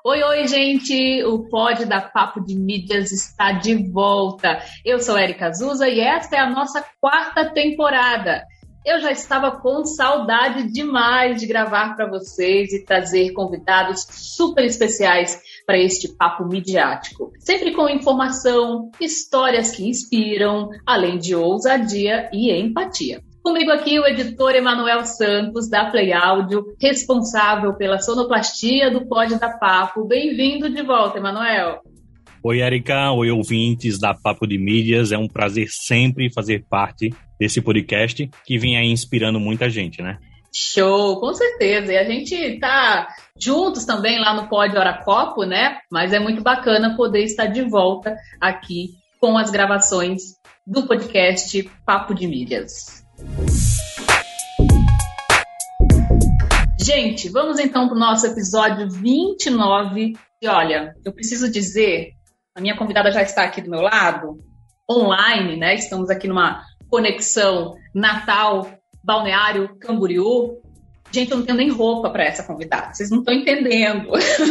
Oi, gente! O Pod da Papo de Mídias está de volta. Eu sou Érica Azusa e esta é a nossa 4ª temporada. Eu já estava com saudade demais de gravar para vocês e trazer convidados super especiais para este papo midiático. Sempre com informação, histórias que inspiram, além de ousadia e empatia. Comigo aqui o editor Emanuel Santos, da Play Áudio, responsável pela sonoplastia do Pod da Papo. Bem-vindo de volta, Emanuel. Oi, Érica. Oi, ouvintes da Papo de Mídias. É um prazer sempre fazer parte desse podcast que vem aí inspirando muita gente, né? Show, com certeza. E a gente tá juntos também lá no Pod Hora Copo, né? Mas é muito bacana poder estar de volta aqui com as gravações do podcast Papo de Mídias. Gente, vamos então para o nosso episódio 29. E olha, eu preciso dizer, a minha convidada já está aqui do meu lado, online, né? Estamos aqui numa conexão Natal, Balneário Camboriú. Gente, eu não tenho nem roupa para essa convidada, vocês não estão entendendo.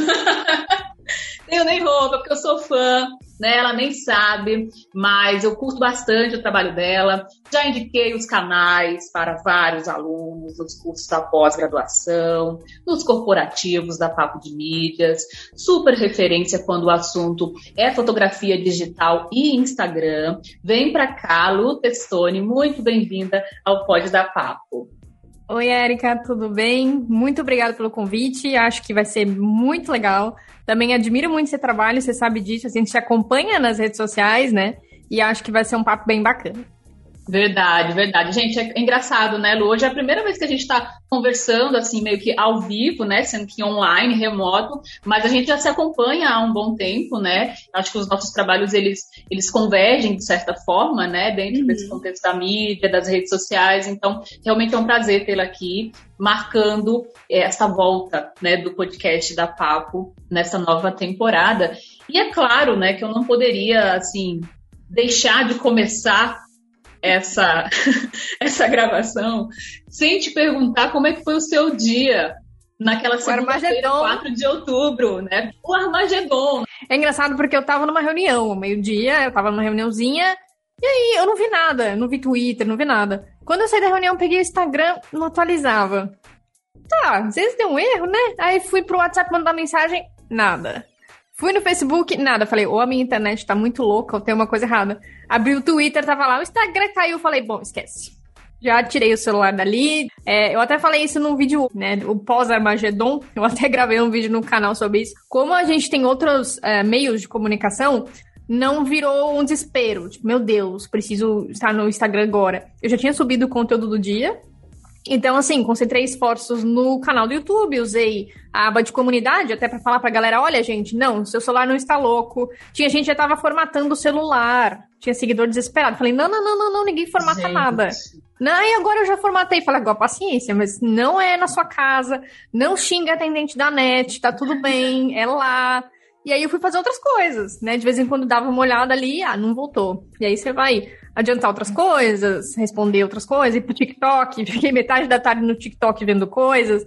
Tenho nem roupa, porque eu sou fã, né? Ela nem sabe, mas eu curto bastante o trabalho dela. Já indiquei os canais para vários alunos nos cursos da pós-graduação, nos corporativos da Papo de Mídias. Super referência quando o assunto é fotografia digital e Instagram. Vem para cá, Lu Testoni, muito bem-vinda ao Pod da Papo. Oi, Érica, tudo bem? Muito obrigada pelo convite, acho que vai ser muito legal. Também admiro muito esse trabalho, você sabe disso, a gente te acompanha nas redes sociais, né? E acho que vai ser um papo bem bacana. Verdade, verdade. Gente, é engraçado, né, Lu? Hoje é a primeira vez que a gente está conversando, assim, meio que ao vivo, né? Sendo que online, remoto, mas a gente já se acompanha há um bom tempo, né? Acho que os nossos trabalhos, eles convergem de certa forma, né? Dentro desse contexto da mídia, das redes sociais. Então, realmente é um prazer tê-la aqui, marcando essa volta, né, do podcast da Papo nessa nova temporada. E é claro, né, que eu não poderia, assim, deixar de começar essa gravação sem te perguntar como é que foi o seu dia naquela segunda-feira, 4 de outubro, né? O Armagedon. É engraçado porque eu tava numa reunião, meio-dia, eu tava numa reuniãozinha, e aí eu não vi nada, não vi Twitter, não vi nada. Quando eu saí da reunião, peguei o Instagram, não atualizava. Tá, às vezes deu um erro, né? Aí fui pro WhatsApp mandar mensagem, nada. Fui no Facebook, nada. Falei, ou a minha internet tá muito louca, ou tem uma coisa errada. Abri o Twitter, tava lá, o Instagram caiu. Falei, bom, esquece. Já tirei o celular dali. Eu até falei isso num vídeo, né, o pós-Armagedon. Eu até gravei um vídeo no canal sobre isso. Como a gente tem outros meios de comunicação, não virou um desespero. Tipo, meu Deus, preciso estar no Instagram agora. Eu já tinha subido o conteúdo do dia. Então, assim, concentrei esforços no canal do YouTube, usei a aba de comunidade até pra falar pra galera, olha, gente, não, seu celular não está louco. Tinha gente que já tava formatando o celular, tinha seguidor desesperado. Falei, não, ninguém formata nada. Não, e agora eu já formatei. Falei, agora, paciência, mas não é na sua casa, não xinga atendente da net, tá tudo bem, é lá. E aí eu fui fazer outras coisas, né? De vez em quando dava uma olhada ali, não voltou. E aí você vai adiantar outras coisas, responder outras coisas, ir pro TikTok. Fiquei metade da tarde no TikTok vendo coisas.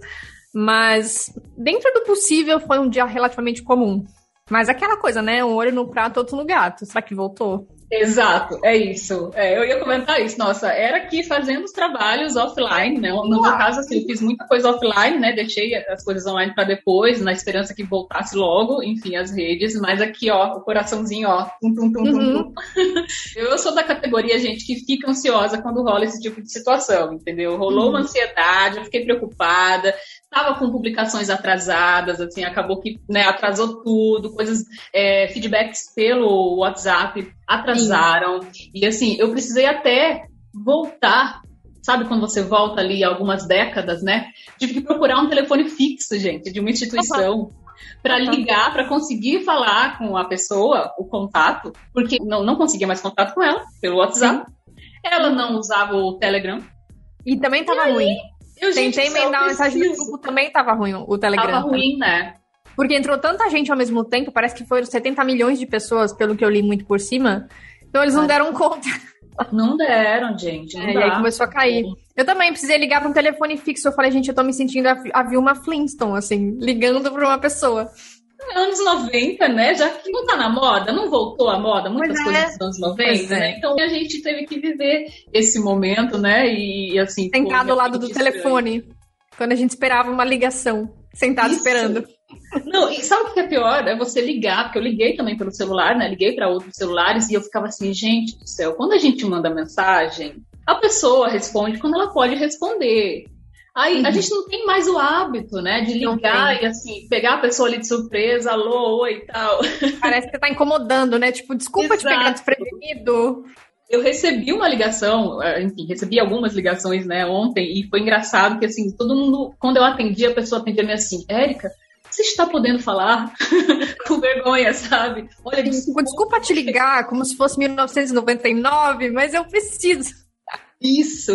Mas dentro do possível foi um dia relativamente comum. Mas aquela coisa, né? Um olho no prato, outro no gato. Será que voltou? Exato, é isso. Eu ia comentar isso. Nossa, era aqui fazendo os trabalhos offline, né? No meu caso, assim, eu fiz muita coisa offline, né? Deixei as coisas online para depois, na esperança que voltasse logo, enfim, as redes. Mas aqui, ó, o coraçãozinho, ó, tum. Eu sou da categoria, gente, que fica ansiosa quando rola esse tipo de situação, entendeu? Rolou uma ansiedade, eu fiquei preocupada, tava com publicações atrasadas, assim, acabou que, né, atrasou tudo, coisas, feedbacks pelo WhatsApp atrasaram. Sim. E assim, eu precisei até voltar, sabe quando você volta ali algumas décadas, né? Tive que procurar um telefone fixo, gente, de uma instituição para ligar, para conseguir falar com a pessoa, o contato, porque não conseguia mais contato com ela pelo WhatsApp. Sim. Ela não usava o Telegram. E também tava ruim. Tentei emendar uma mensagem no grupo, também tava ruim o Telegram. Tava ruim, né? Porque entrou tanta gente ao mesmo tempo, parece que foram 70 milhões de pessoas, pelo que eu li muito por cima. Então eles não deram conta. Não deram, gente. E aí começou a cair. Eu também precisei ligar para um telefone fixo. Eu falei, gente, eu tô me sentindo a Vilma Flintstone, assim, ligando para uma pessoa. Anos 90, né? Já que não tá na moda, não voltou à moda, muitas coisas dos anos 90, né? Então a gente teve que viver esse momento, né? E assim. Sentado ao lado do telefone, quando a gente esperava uma ligação, sentado esperando. Não, e sabe o que é pior? É você ligar, porque eu liguei também pelo celular, né? Liguei para outros celulares e eu ficava assim, gente do céu, quando a gente manda mensagem, a pessoa responde quando ela pode responder. Aí a gente não tem mais o hábito, né, de ligar e assim, pegar a pessoa ali de surpresa, alô, oi e tal. Parece que você tá incomodando, né? Tipo, desculpa te pegar desprevenido. Eu recebi uma ligação, enfim, recebi algumas ligações, né, ontem, e foi engraçado que, assim, todo mundo, quando eu atendi, a pessoa atendia-me assim, Érica, você está podendo falar com vergonha, sabe? Olha, desculpa te ligar, como se fosse 1999, mas eu preciso. Isso.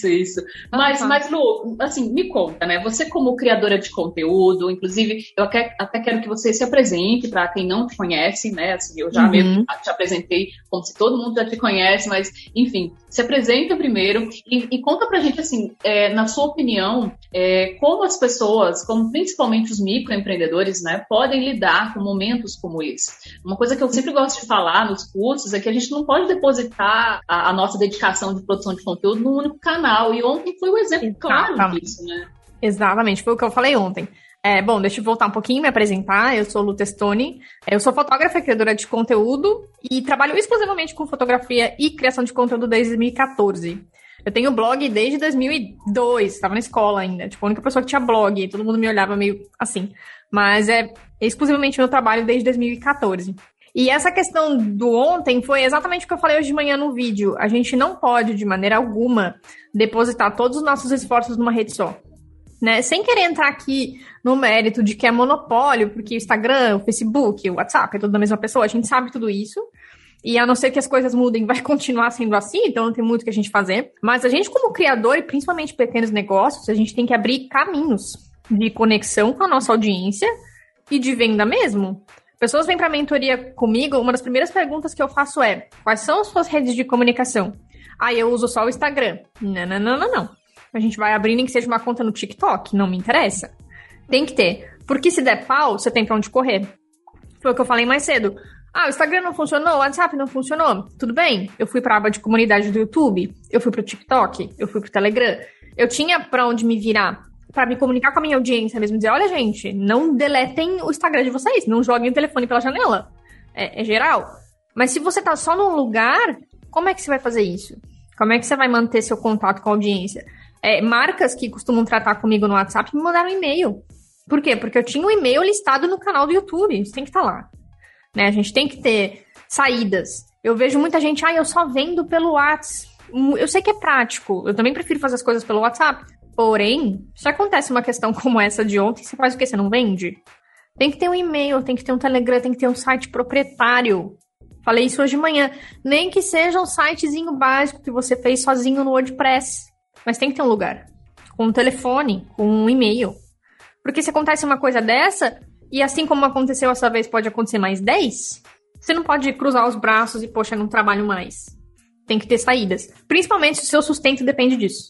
Mas, Lu, assim, me conta, né? Você como criadora de conteúdo, inclusive, eu até quero que você se apresente para quem não te conhece, né? Assim, eu já mesmo te apresentei como se todo mundo já te conhece, mas, enfim, se apresenta primeiro e conta pra gente, assim, na sua opinião, como as pessoas, como principalmente os microempreendedores, né, podem lidar com momentos como esse. Uma coisa que eu sempre gosto de falar nos cursos é que a gente não pode depositar a nossa dedicação de produção de conteúdo num único canal. E ontem foi um exemplo claro disso, né? Exatamente, foi o que eu falei ontem. Bom, deixa eu voltar um pouquinho, me apresentar. Eu sou Lu Testoni, eu sou fotógrafa e criadora de conteúdo e trabalho exclusivamente com fotografia e criação de conteúdo desde 2014. Eu tenho blog desde 2002, estava na escola ainda, tipo, a única pessoa que tinha blog, todo mundo me olhava meio assim. Mas é exclusivamente meu trabalho desde 2014. E essa questão do ontem foi exatamente o que eu falei hoje de manhã no vídeo. A gente não pode, de maneira alguma, depositar todos os nossos esforços numa rede só. Né? Sem querer entrar aqui no mérito de que é monopólio, porque o Instagram, o Facebook, o WhatsApp é tudo da mesma pessoa, a gente sabe tudo isso. E a não ser que as coisas mudem, vai continuar sendo assim, então não tem muito o que a gente fazer. Mas a gente, como criador, e principalmente pequenos negócios, a gente tem que abrir caminhos de conexão com a nossa audiência e de venda mesmo. Pessoas vêm para a mentoria comigo, uma das primeiras perguntas que eu faço é: quais são as suas redes de comunicação? Eu uso só o Instagram. Não. A gente vai abrir nem que seja uma conta no TikTok, não me interessa. Tem que ter. Porque se der pau, você tem pra onde correr. Foi o que eu falei mais cedo. O Instagram não funcionou, o WhatsApp não funcionou. Tudo bem, eu fui pra aba de comunidade do YouTube, eu fui pro TikTok, eu fui pro Telegram. Eu tinha pra onde me virar, pra me comunicar com a minha audiência mesmo, dizer, olha gente, não deletem o Instagram de vocês, não joguem o telefone pela janela. É geral. Mas se você tá só num lugar, como é que você vai fazer isso? Como é que você vai manter seu contato com a audiência? Marcas que costumam tratar comigo no WhatsApp me mandaram um e-mail. Por quê? Porque eu tinha um e-mail listado no canal do YouTube. Isso tem que estar lá. Né? A gente tem que ter saídas. Eu vejo muita gente, eu só vendo pelo WhatsApp. Eu sei que é prático. Eu também prefiro fazer as coisas pelo WhatsApp. Porém, se acontece uma questão como essa de ontem, você faz o quê? Você não vende? Tem que ter um e-mail, tem que ter um Telegram, tem que ter um site proprietário. Falei isso hoje de manhã. Nem que seja um sitezinho básico que você fez sozinho no WordPress. Mas tem que ter um lugar, com um telefone, com um e-mail. Porque se acontece uma coisa dessa, e assim como aconteceu essa vez, pode acontecer mais 10, você não pode cruzar os braços e, poxa, não trabalho mais. Tem que ter saídas. Principalmente se o seu sustento depende disso.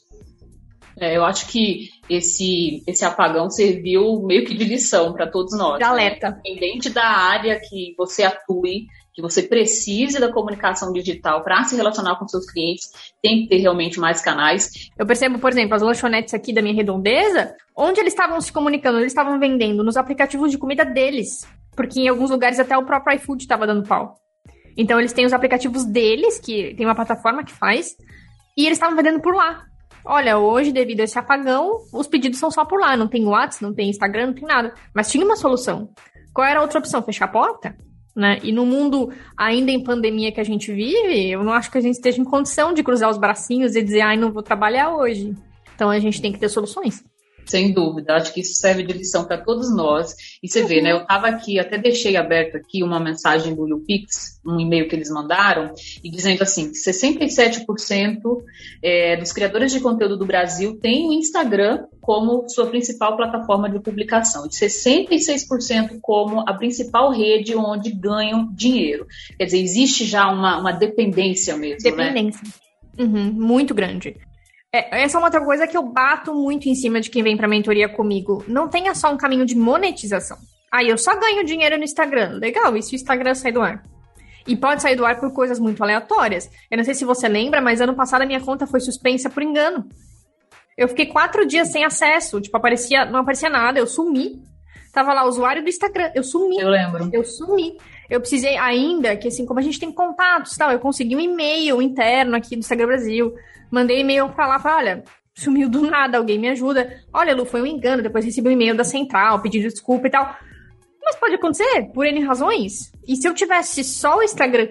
Eu acho que esse apagão serviu meio que de lição para todos nós. De alerta. Né? Independente da área que você atue, que você precise da comunicação digital para se relacionar com seus clientes, tem que ter realmente mais canais. Eu percebo, por exemplo, as lanchonetes aqui da minha redondeza, onde eles estavam se comunicando, eles estavam vendendo nos aplicativos de comida deles, porque em alguns lugares até o próprio iFood estava dando pau. Então eles têm os aplicativos deles, que tem uma plataforma que faz, e eles estavam vendendo por lá. Olha, hoje, devido a esse apagão, os pedidos são só por lá, não tem WhatsApp, não tem Instagram, não tem nada. Mas tinha uma solução. Qual era a outra opção? Fechar a porta? Né? E no mundo ainda em pandemia que a gente vive, eu não acho que a gente esteja em condição de cruzar os bracinhos e dizer, não vou trabalhar hoje. Então a gente tem que ter soluções. Sem dúvida, acho que isso serve de lição para todos nós. E você vê, né? Eu estava aqui, até deixei aberto aqui uma mensagem do YouPix, um e-mail que eles mandaram, e dizendo assim, que 67% dos criadores de conteúdo do Brasil têm o Instagram como sua principal plataforma de publicação, e 66% como a principal rede onde ganham dinheiro. Quer dizer, existe já uma dependência mesmo, dependência. Né? Muito grande. Essa é uma outra coisa que eu bato muito em cima de quem vem para a mentoria comigo. Não tenha só um caminho de monetização. eu só ganho dinheiro no Instagram. Legal, e se o Instagram sair do ar? E pode sair do ar por coisas muito aleatórias. Eu não sei se você lembra, mas ano passado a minha conta foi suspensa por engano. Eu fiquei 4 dias sem acesso. Tipo, não aparecia nada, eu sumi. Tava lá, usuário do Instagram, eu sumi. Eu lembro. Eu sumi. Eu precisei ainda, que assim, como a gente tem contatos e tal, eu consegui um e-mail interno aqui do Instagram Brasil. Mandei e-mail pra lá, falei, olha, sumiu do nada, alguém me ajuda. Olha, Lu, foi um engano, depois recebi um e-mail da central, pedindo desculpa e tal. Mas pode acontecer, por N razões. E se eu tivesse só o Instagram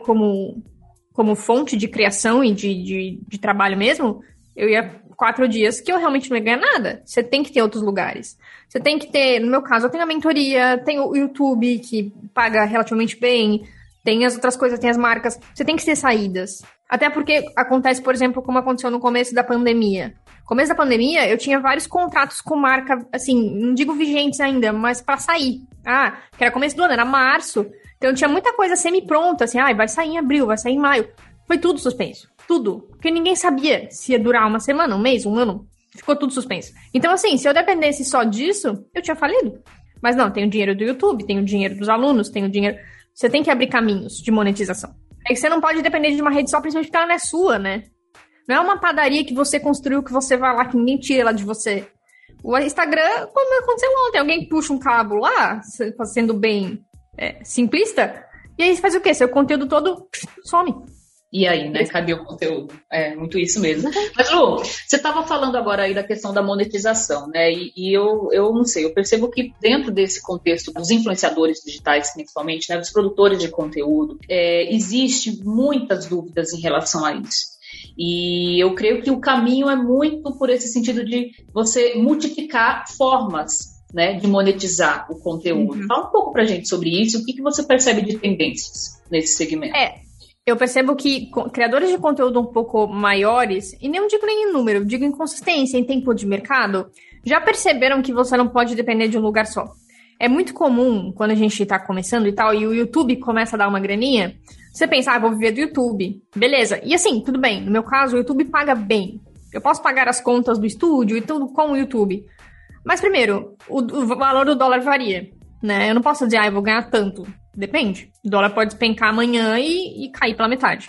como fonte de criação e de trabalho mesmo, eu ia 4 dias que eu realmente não ia ganhar nada. Você tem que ter outros lugares. Você tem que ter, no meu caso, eu tenho a mentoria, tenho o YouTube, que paga relativamente bem, tem as outras coisas, tem as marcas. Você tem que ter saídas. Até porque acontece, por exemplo, como aconteceu no começo da pandemia. No começo da pandemia, eu tinha vários contratos com marca, assim, não digo vigentes ainda, mas pra sair. Que era começo do ano, era março. Então tinha muita coisa semi-pronta, assim, vai sair em abril, vai sair em maio. Foi tudo suspenso. Tudo. Porque ninguém sabia se ia durar uma semana, um mês, um ano. Ficou tudo suspenso. Então, assim, se eu dependesse só disso, eu tinha falido. Mas não, tem o dinheiro do YouTube, tem o dinheiro dos alunos, tem o dinheiro... Você tem que abrir caminhos de monetização. É que você não pode depender de uma rede só, principalmente porque ela não é sua, né? Não é uma padaria que você construiu, que você vai lá, que ninguém tira ela de você. O Instagram, como aconteceu ontem, alguém puxa um cabo lá, sendo bem simplista, e aí você faz o quê? Seu conteúdo todo some. E aí, né? Cadê o conteúdo? É muito isso mesmo. Mas, Lu, você estava falando agora aí da questão da monetização, né? E eu não sei, eu percebo que dentro desse contexto dos influenciadores digitais, principalmente, né, dos produtores de conteúdo, existe muitas dúvidas em relação a isso. E eu creio que o caminho é muito por esse sentido de você multiplicar formas, né, de monetizar o conteúdo. Uhum. Fala um pouco pra gente sobre isso, o que você percebe de tendências nesse segmento? Eu percebo que criadores de conteúdo um pouco maiores, e não digo nem em número, digo em consistência, em tempo de mercado, já perceberam que você não pode depender de um lugar só. É muito comum, quando a gente tá começando e tal, e o YouTube começa a dar uma graninha, você pensa, vou viver do YouTube. Beleza. E assim, tudo bem. No meu caso, o YouTube paga bem. Eu posso pagar as contas do estúdio e tudo com o YouTube. Mas primeiro, o valor do dólar varia, né? Eu não posso dizer, eu vou ganhar tanto. Depende. O dólar pode despencar amanhã e cair pela metade.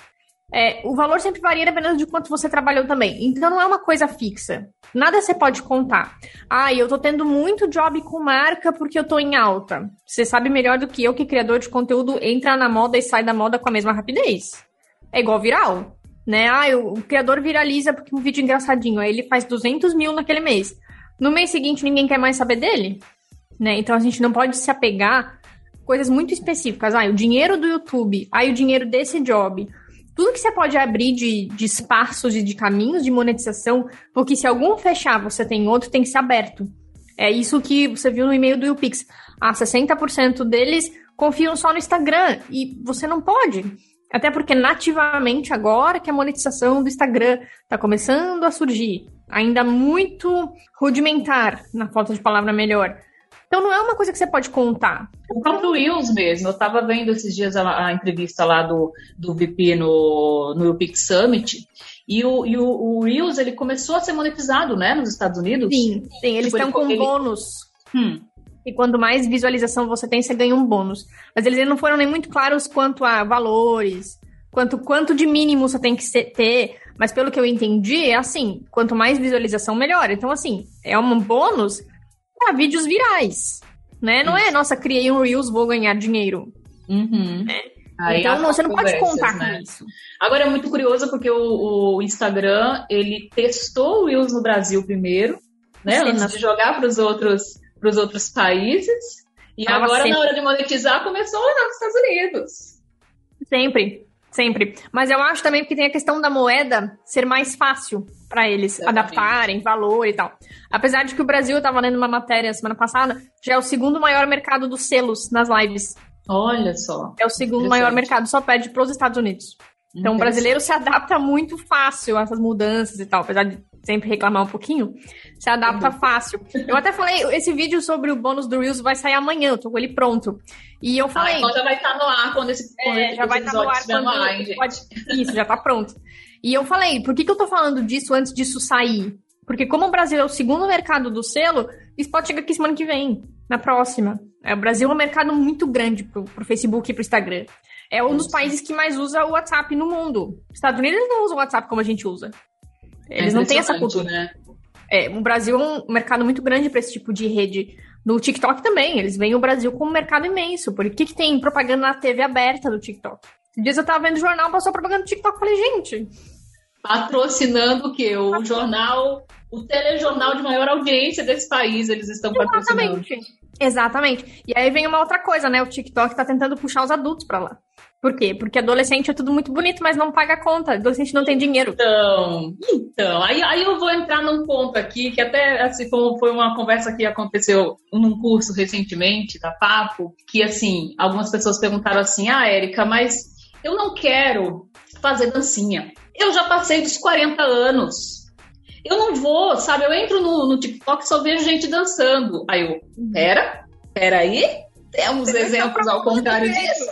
O valor sempre varia dependendo de quanto você trabalhou também. Então não é uma coisa fixa. Nada você pode contar. Eu tô tendo muito job com marca porque eu tô em alta. Você sabe melhor do que eu que criador de conteúdo entra na moda e sai da moda com a mesma rapidez. É igual viral, né? O criador viraliza porque um vídeo engraçadinho. Aí ele faz 200 mil naquele mês. No mês seguinte ninguém quer mais saber dele, né? Então a gente não pode se apegar a coisas muito específicas. O dinheiro do YouTube. O dinheiro desse job. Tudo que você pode abrir de espaços e de caminhos de monetização, porque se algum fechar, você tem outro, tem que ser aberto. É isso que você viu no e-mail do YouPix. 60% deles confiam só no Instagram, e você não pode. Até porque nativamente agora que a monetização do Instagram está começando a surgir, ainda muito rudimentar, na falta de palavra melhor. Então não é uma coisa que você pode contar. O próprio Reels mesmo, eu estava vendo esses dias a entrevista lá do VP no YouPix Summit, e o Reels, ele começou a ser monetizado, né, nos Estados Unidos? Sim, eles estão com bônus. E quanto mais visualização você tem, você ganha um bônus. Mas eles não foram nem muito claros quanto a valores, quanto de mínimo você tem que ter, mas pelo que eu entendi, é assim, quanto mais visualização, melhor. Então, assim, é um bônus para vídeos virais, né? Não é, nossa, criei um Reels, vou ganhar dinheiro. Né? Então, você não pode contar com isso. Agora, é muito curioso porque o Instagram, ele testou o Reels no Brasil primeiro, né? Antes de jogar para os outros países. E agora, na hora de monetizar, começou lá nos Estados Unidos. Sempre. Mas eu acho também que tem a questão da moeda ser mais fácil para eles adaptarem valor e tal. Apesar de que o Brasil, eu estava lendo uma matéria semana passada, já é o segundo maior mercado dos selos nas lives. Olha só. É o segundo maior mercado, só perde para os Estados Unidos. Então o brasileiro se adapta muito fácil a essas mudanças e tal, apesar de sempre reclamar um pouquinho, se adapta fácil. Eu até falei, esse vídeo sobre o bônus do Reels vai sair amanhã, eu tô com ele pronto. E eu falei... Então já vai estar no ar quando esse já vai estar no ar Isso, já tá pronto. E eu falei, por que eu tô falando disso antes disso sair? Porque como o Brasil é o segundo mercado do selo, isso pode chegar aqui semana que vem. na próxima. O Brasil é um mercado muito grande pro Facebook e pro Instagram. É um dos países que mais usa o WhatsApp no mundo. Os Estados Unidos não usam o WhatsApp como a gente usa. Eles não têm essa cultura. Né? O Brasil é um mercado muito grande para esse tipo de rede. No TikTok também, eles veem o Brasil como um mercado imenso. Por que tem propaganda na TV aberta do TikTok? Esses dias eu tava vendo o jornal, passou propaganda do TikTok, falei, gente... Patrocinando o quê? O jornal, o telejornal de maior audiência desse país, eles estão patrocinando. Exatamente. E aí vem uma outra coisa, né? O TikTok tá tentando puxar os adultos pra lá. Por quê? Porque adolescente é tudo muito bonito, mas não paga a conta. Adolescente não tem dinheiro. Então aí eu vou entrar num ponto aqui, que até assim, foi uma conversa que aconteceu num curso recentemente, da Papo, que assim, algumas pessoas perguntaram assim, Érica, mas eu não quero fazer dancinha. Eu já passei dos 40 anos. Eu não vou, sabe? Eu entro no TikTok e só vejo gente dançando. Aí eu, peraí, temos exemplos ao contrário disso.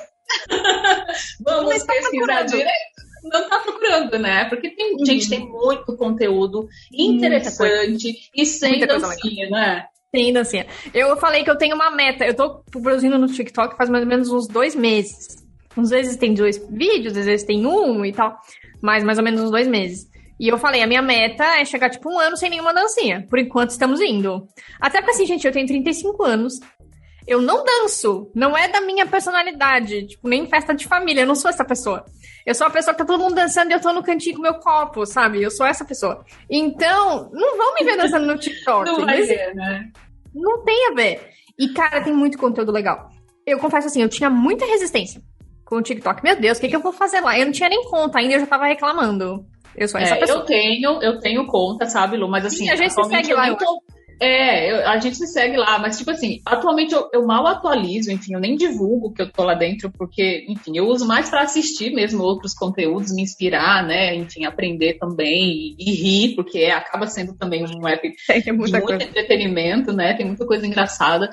Vamos pesquisar direito. Não tá procurando, né? Porque gente, tem muito conteúdo interessante e sem dancinha, né? Sem dancinha. Eu falei que eu tenho uma meta. Eu tô produzindo no TikTok faz mais ou menos uns 2 meses. Às vezes tem 2 vídeos, às vezes tem 1 e tal. Mas mais ou menos uns 2 meses. E eu falei, a minha meta é chegar, 1 ano sem nenhuma dancinha. Por enquanto, estamos indo. Até porque, assim, gente, eu tenho 35 anos. Eu não danço. Não é da minha personalidade. Nem em festa de família. Eu não sou essa pessoa. Eu sou a pessoa que tá todo mundo dançando e eu tô no cantinho com meu copo, sabe? Eu sou essa pessoa. Então, não vão me ver dançando no TikTok. Não vai ver, né? Não tem a ver. E, cara, tem muito conteúdo legal. Eu confesso assim, eu tinha muita resistência com o TikTok. Meu Deus, o que eu vou fazer lá? Eu não tinha nem conta ainda, eu já tava reclamando. Eu sou essa pessoa. Eu tenho conta, sabe, Lu? Mas assim, a gente se segue lá, a gente se segue lá, mas tipo assim, atualmente eu mal atualizo, enfim, eu nem divulgo que eu tô lá dentro, porque, enfim, eu uso mais para assistir mesmo outros conteúdos, me inspirar, né, enfim, aprender também e rir, porque acaba sendo também um app de muito entretenimento, né, tem muita coisa engraçada,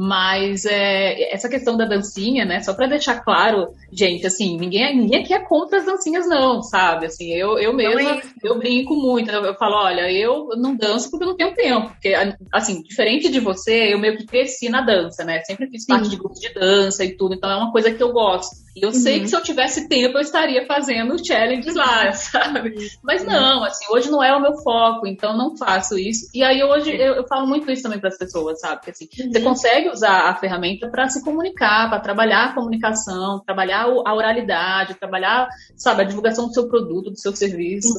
mas essa questão da dancinha, né, só para deixar claro, gente, assim, ninguém aqui é contra as dancinhas não, sabe, assim, eu mesma, eu brinco muito, eu falo, olha, eu não danço porque eu não tenho tempo, porque assim, diferente de você, eu meio que cresci na dança, né? Sempre fiz parte de grupos de dança e tudo, então é uma coisa que eu gosto. E eu sei que se eu tivesse tempo, eu estaria fazendo challenges lá, sabe? Mas não, assim, hoje não é o meu foco, então não faço isso. E aí hoje eu falo muito isso também para as pessoas, sabe? Porque assim, você consegue usar a ferramenta para se comunicar, para trabalhar a comunicação, trabalhar a oralidade, trabalhar, sabe, a divulgação do seu produto, do seu serviço.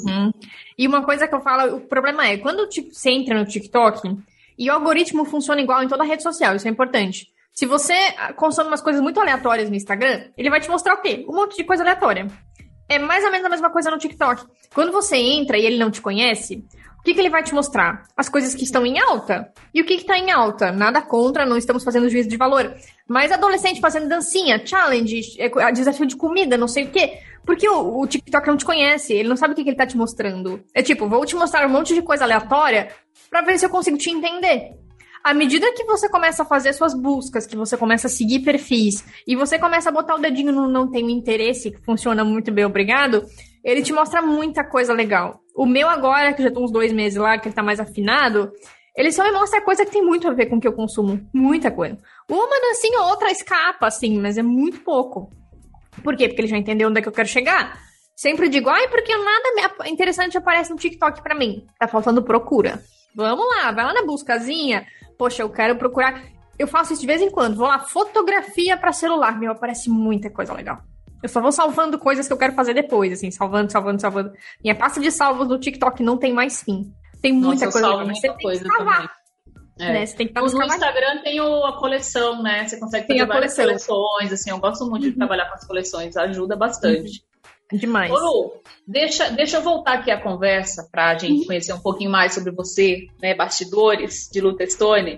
E uma coisa que eu falo, o problema é, quando você entra no TikTok, e o algoritmo funciona igual em toda rede social, isso é importante. Se você consome umas coisas muito aleatórias no Instagram, ele vai te mostrar o quê? Um monte de coisa aleatória. É mais ou menos a mesma coisa no TikTok. Quando você entra e ele não te conhece, o que ele vai te mostrar? As coisas que estão em alta. E o que está em alta? Nada contra, não estamos fazendo juízo de valor. Mas adolescente fazendo dancinha, challenge, desafio de comida, não sei o quê. Porque o TikTok não te conhece, ele não sabe o que ele tá te mostrando. É tipo, vou te mostrar um monte de coisa aleatória pra ver se eu consigo te entender. À medida que você começa a fazer suas buscas, que você começa a seguir perfis, e você começa a botar o dedinho no não tenho interesse, que funciona muito bem, obrigado, ele te mostra muita coisa legal. O meu agora, que já tô uns 2 meses lá, que ele tá mais afinado, ele só me mostra coisa que tem muito a ver com o que eu consumo. Muita coisa. Uma dancinha ou outra escapa, assim, mas é muito pouco. Por quê? Porque ele já entendeu onde é que eu quero chegar. Sempre digo, porque nada interessante aparece no TikTok pra mim. Tá faltando procura. Vamos lá, vai lá na buscazinha. Poxa, eu quero procurar. Eu faço isso de vez em quando. Vou lá, fotografia pra celular. Meu, aparece muita coisa legal. Eu só vou salvando coisas que eu quero fazer depois, assim, salvando. Minha pasta de salvos no TikTok não tem mais fim. Tem muita coisa legal, mas você tem que salvar. Né? Você tem que no Instagram tem a coleção, né? Você consegue fazer várias coleções, assim, eu gosto muito de trabalhar com as coleções, ajuda bastante. Demais. Ô Lu, deixa eu voltar aqui a conversa pra gente conhecer um pouquinho mais sobre você, né, bastidores de Lu Testoni.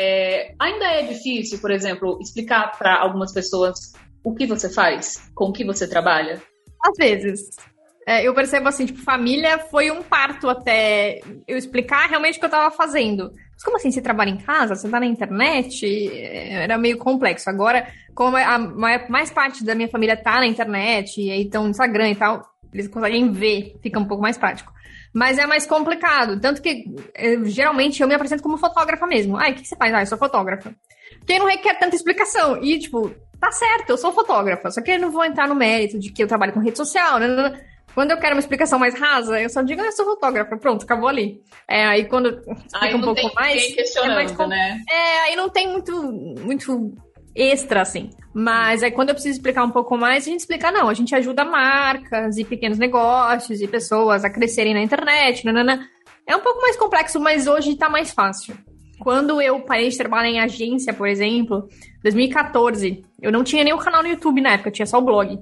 Ainda é difícil, por exemplo, explicar para algumas pessoas o que você faz, com o que você trabalha? Às vezes. Eu percebo assim, tipo, família foi um parto até eu explicar realmente o que eu tava fazendo. Mas como assim, você trabalha em casa? Você tá na internet? Era meio complexo. Agora, como a mais parte da minha família tá na internet, e aí estão no Instagram e tal, eles conseguem ver, fica um pouco mais prático. Mas é mais complicado. Tanto que, geralmente, eu me apresento como fotógrafa mesmo. O que você faz? Eu sou fotógrafa. que não requer tanta explicação. E, tipo, tá certo, eu sou fotógrafa, só que eu não vou entrar no mérito de que eu trabalho com rede social, né? Quando eu quero uma explicação mais rasa, eu só digo, eu sou fotógrafa, pronto, acabou ali. Aí quando fica um pouco mais... né? Aí não tem muito extra, assim. Mas aí quando eu preciso explicar um pouco mais, a gente explica, não, a gente ajuda marcas e pequenos negócios e pessoas a crescerem na internet, nanana. É um pouco mais complexo, mas hoje tá mais fácil. Quando eu parei de trabalhar em agência, por exemplo, 2014, eu não tinha nem o canal no YouTube na época, eu tinha só o blog.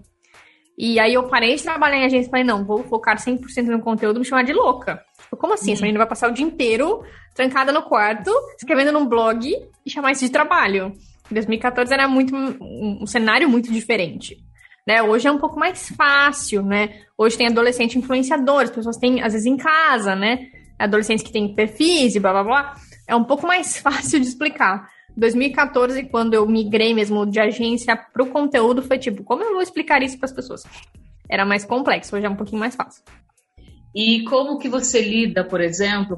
E aí eu parei de trabalhar em agência e falei, não, vou focar 100% no conteúdo, me chamar de louca. Como assim? Essa menina vai passar o dia inteiro trancada no quarto, escrevendo num blog e chamar isso de trabalho. Em 2014 era um cenário muito diferente. Né? Hoje é um pouco mais fácil, né? Hoje tem adolescente influenciador, as pessoas têm, às vezes, em casa, né? Adolescentes que têm perfis e blá, blá, blá. É um pouco mais fácil de explicar. 2014, quando eu migrei mesmo de agência pro conteúdo, foi tipo, como eu vou explicar isso para as pessoas? Era mais complexo, hoje é um pouquinho mais fácil. E como que você lida, por exemplo,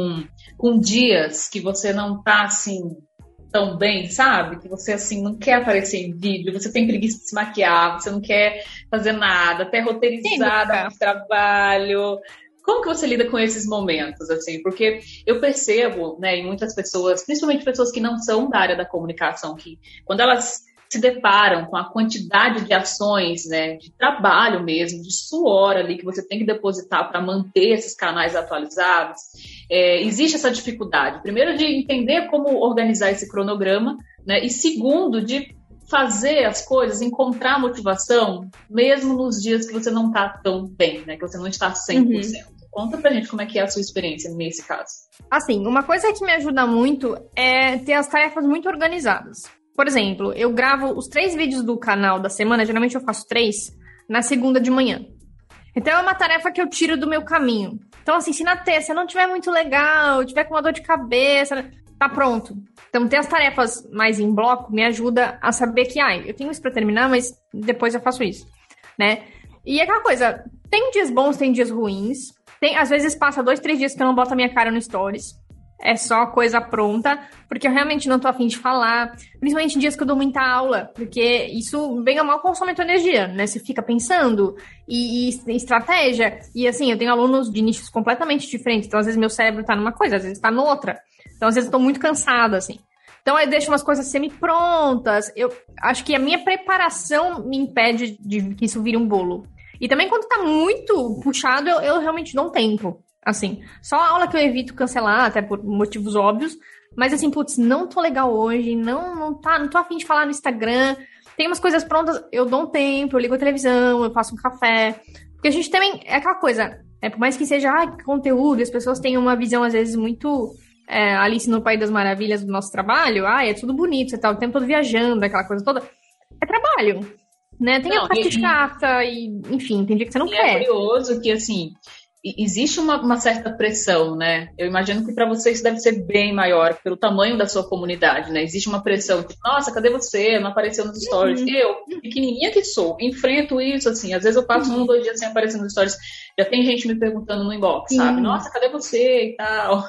com dias que você não tá, assim, tão bem, sabe? Que você, assim, não quer aparecer em vídeo, você tem preguiça de se maquiar, você não quer fazer nada, até roteirizada no trabalho... Como que você lida com esses momentos, assim? Porque eu percebo, né, em muitas pessoas, principalmente pessoas que não são da área da comunicação, que quando elas se deparam com a quantidade de ações, né, de trabalho mesmo, de suor ali que você tem que depositar para manter esses canais atualizados, existe essa dificuldade. Primeiro, de entender como organizar esse cronograma, né, e segundo, de fazer as coisas, encontrar motivação, mesmo nos dias que você não está tão bem, né, que você não está 100%. Conta pra gente como é que é a sua experiência nesse caso. Assim, uma coisa que me ajuda muito é ter as tarefas muito organizadas. Por exemplo, eu gravo os 3 vídeos do canal da semana, geralmente eu faço 3, na segunda de manhã. Então é uma tarefa que eu tiro do meu caminho. Então assim, se na terça não tiver muito legal, tiver com uma dor de cabeça, tá pronto. Então ter as tarefas mais em bloco me ajuda a saber que, eu tenho isso pra terminar, mas depois eu faço isso, né? E é aquela coisa, tem dias bons, tem dias ruins. Às vezes passa 2, 3 dias que eu não boto a minha cara no Stories. É só coisa pronta, porque eu realmente não tô afim de falar. Principalmente em dias que eu dou muita aula, porque isso, bem ou mal, consome a tua energia, né? Você fica pensando e estratégia. E assim, eu tenho alunos de nichos completamente diferentes. Então, às vezes, meu cérebro tá numa coisa, às vezes tá noutra. Então, às vezes, eu tô muito cansada, assim. Então, eu deixo umas coisas semi-prontas. Eu acho que a minha preparação me impede de que isso vire um bolo. E também quando tá muito puxado, eu realmente dou um tempo, assim. Só a aula que eu evito cancelar, até por motivos óbvios. Mas assim, putz, não tô legal hoje, não tô afim de falar no Instagram. Tem umas coisas prontas, eu dou um tempo, eu ligo a televisão, eu faço um café. Porque a gente também, é aquela coisa, por mais que seja conteúdo, as pessoas têm uma visão às vezes muito Alice no País das Maravilhas do nosso trabalho. É tudo bonito, você tá o tempo todo viajando, aquela coisa toda. É trabalho. Né? Tem a parte de carta e, enfim, tem dia que você não quer. É curioso que, assim, existe uma certa pressão, né? Eu imagino que para você isso deve ser bem maior, pelo tamanho da sua comunidade, né? Existe uma pressão, tipo, nossa, cadê você? Não apareceu nos stories. Eu, pequenininha que sou, enfrento isso, assim. Às vezes eu passo 1 ou 2 dias sem aparecer nos stories. Já tem gente me perguntando no inbox, sabe? Nossa, cadê você e tal.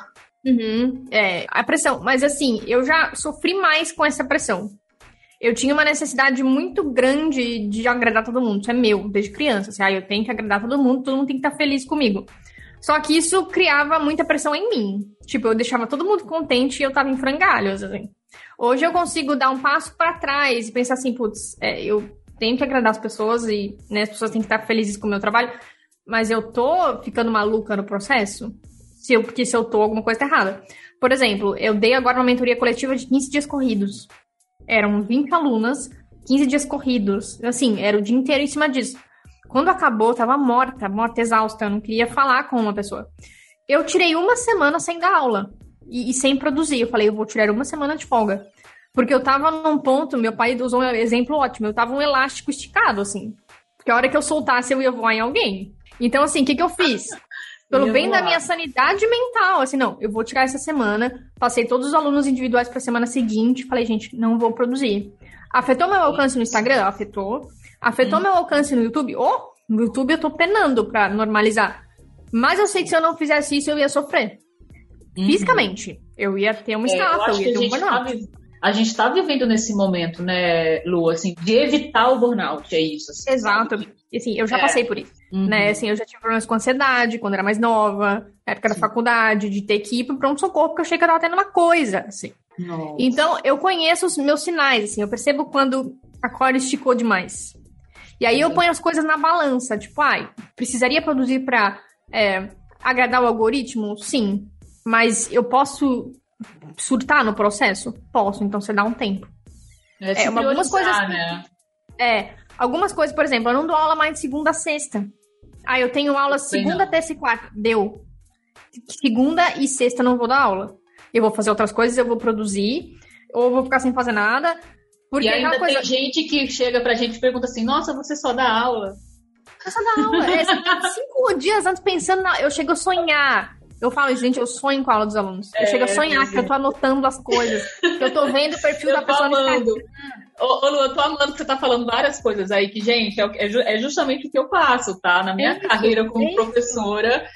A pressão. Mas, assim, eu já sofri mais com essa pressão. Eu tinha uma necessidade muito grande de agradar todo mundo. Isso é meu, desde criança. Assim, eu tenho que agradar todo mundo tem que estar feliz comigo. Só que isso criava muita pressão em mim. Tipo, eu deixava todo mundo contente e eu tava em frangalhos, assim. Hoje eu consigo dar um passo pra trás e pensar assim, putz, eu tenho que agradar as pessoas e, né, as pessoas têm que estar felizes com o meu trabalho, mas eu tô ficando maluca no processo? Porque se eu tô, alguma coisa tá errada. Por exemplo, eu dei agora uma mentoria coletiva de 15 dias corridos. Eram 20 alunas, 15 dias corridos. Assim, era o dia inteiro em cima disso. Quando acabou, eu tava morta, exausta. Eu não queria falar com uma pessoa. Eu tirei 1 semana sem dar aula. E sem produzir. Eu falei, eu vou tirar 1 semana de folga. Porque eu tava num ponto, meu pai usou um exemplo ótimo. Eu tava um elástico esticado, assim. Porque a hora que eu soltasse, eu ia voar em alguém. Então, assim, o que eu fiz? Pelo bem da minha sanidade mental, assim, não, eu vou tirar essa semana, passei todos os alunos individuais para a semana seguinte, falei, gente, não vou produzir. Afetou meu alcance no Instagram? Afetou. Afetou meu alcance no YouTube? No YouTube eu tô penando pra normalizar. Mas eu sei que se eu não fizesse isso, eu ia sofrer. Fisicamente. Eu ia ter uma estafa, eu ia ter um burnout. a gente está vivendo nesse momento, né, Lu, assim, de evitar o burnout, é isso. Assim, exato. E, assim, eu já passei por isso, né? Assim, eu já tive problemas com ansiedade quando era mais nova, na época da faculdade, de ter que ir pro pronto-socorro, porque eu achei que eu tava tendo uma coisa, assim. Nossa. Então, eu conheço os meus sinais, assim, eu percebo quando a corda esticou demais. E aí eu ponho as coisas na balança, tipo, precisaria produzir pra agradar o algoritmo? Sim. Mas eu posso surtar no processo? Posso, então você dá um tempo. Algumas coisas, né? Algumas coisas, por exemplo, eu não dou aula mais de segunda a sexta. Eu tenho aula segunda, terça e quarta. Deu. Segunda e sexta eu não vou dar aula. Eu vou fazer outras coisas, eu vou produzir, ou vou ficar sem fazer nada. Porque e ainda tem gente que chega pra gente e pergunta assim, nossa, você só dá aula. Eu só dá aula. 5 dias antes pensando, eu chego a sonhar. Eu falo, gente, eu sonho com a aula dos alunos. Eu chego a sonhar, que eu tô anotando as coisas. Que eu tô vendo o perfil da pessoa no Instagram. Ô, Lu, eu tô amando que você tá falando várias coisas aí, que, gente, é justamente o que eu faço, tá? Na minha carreira como professora,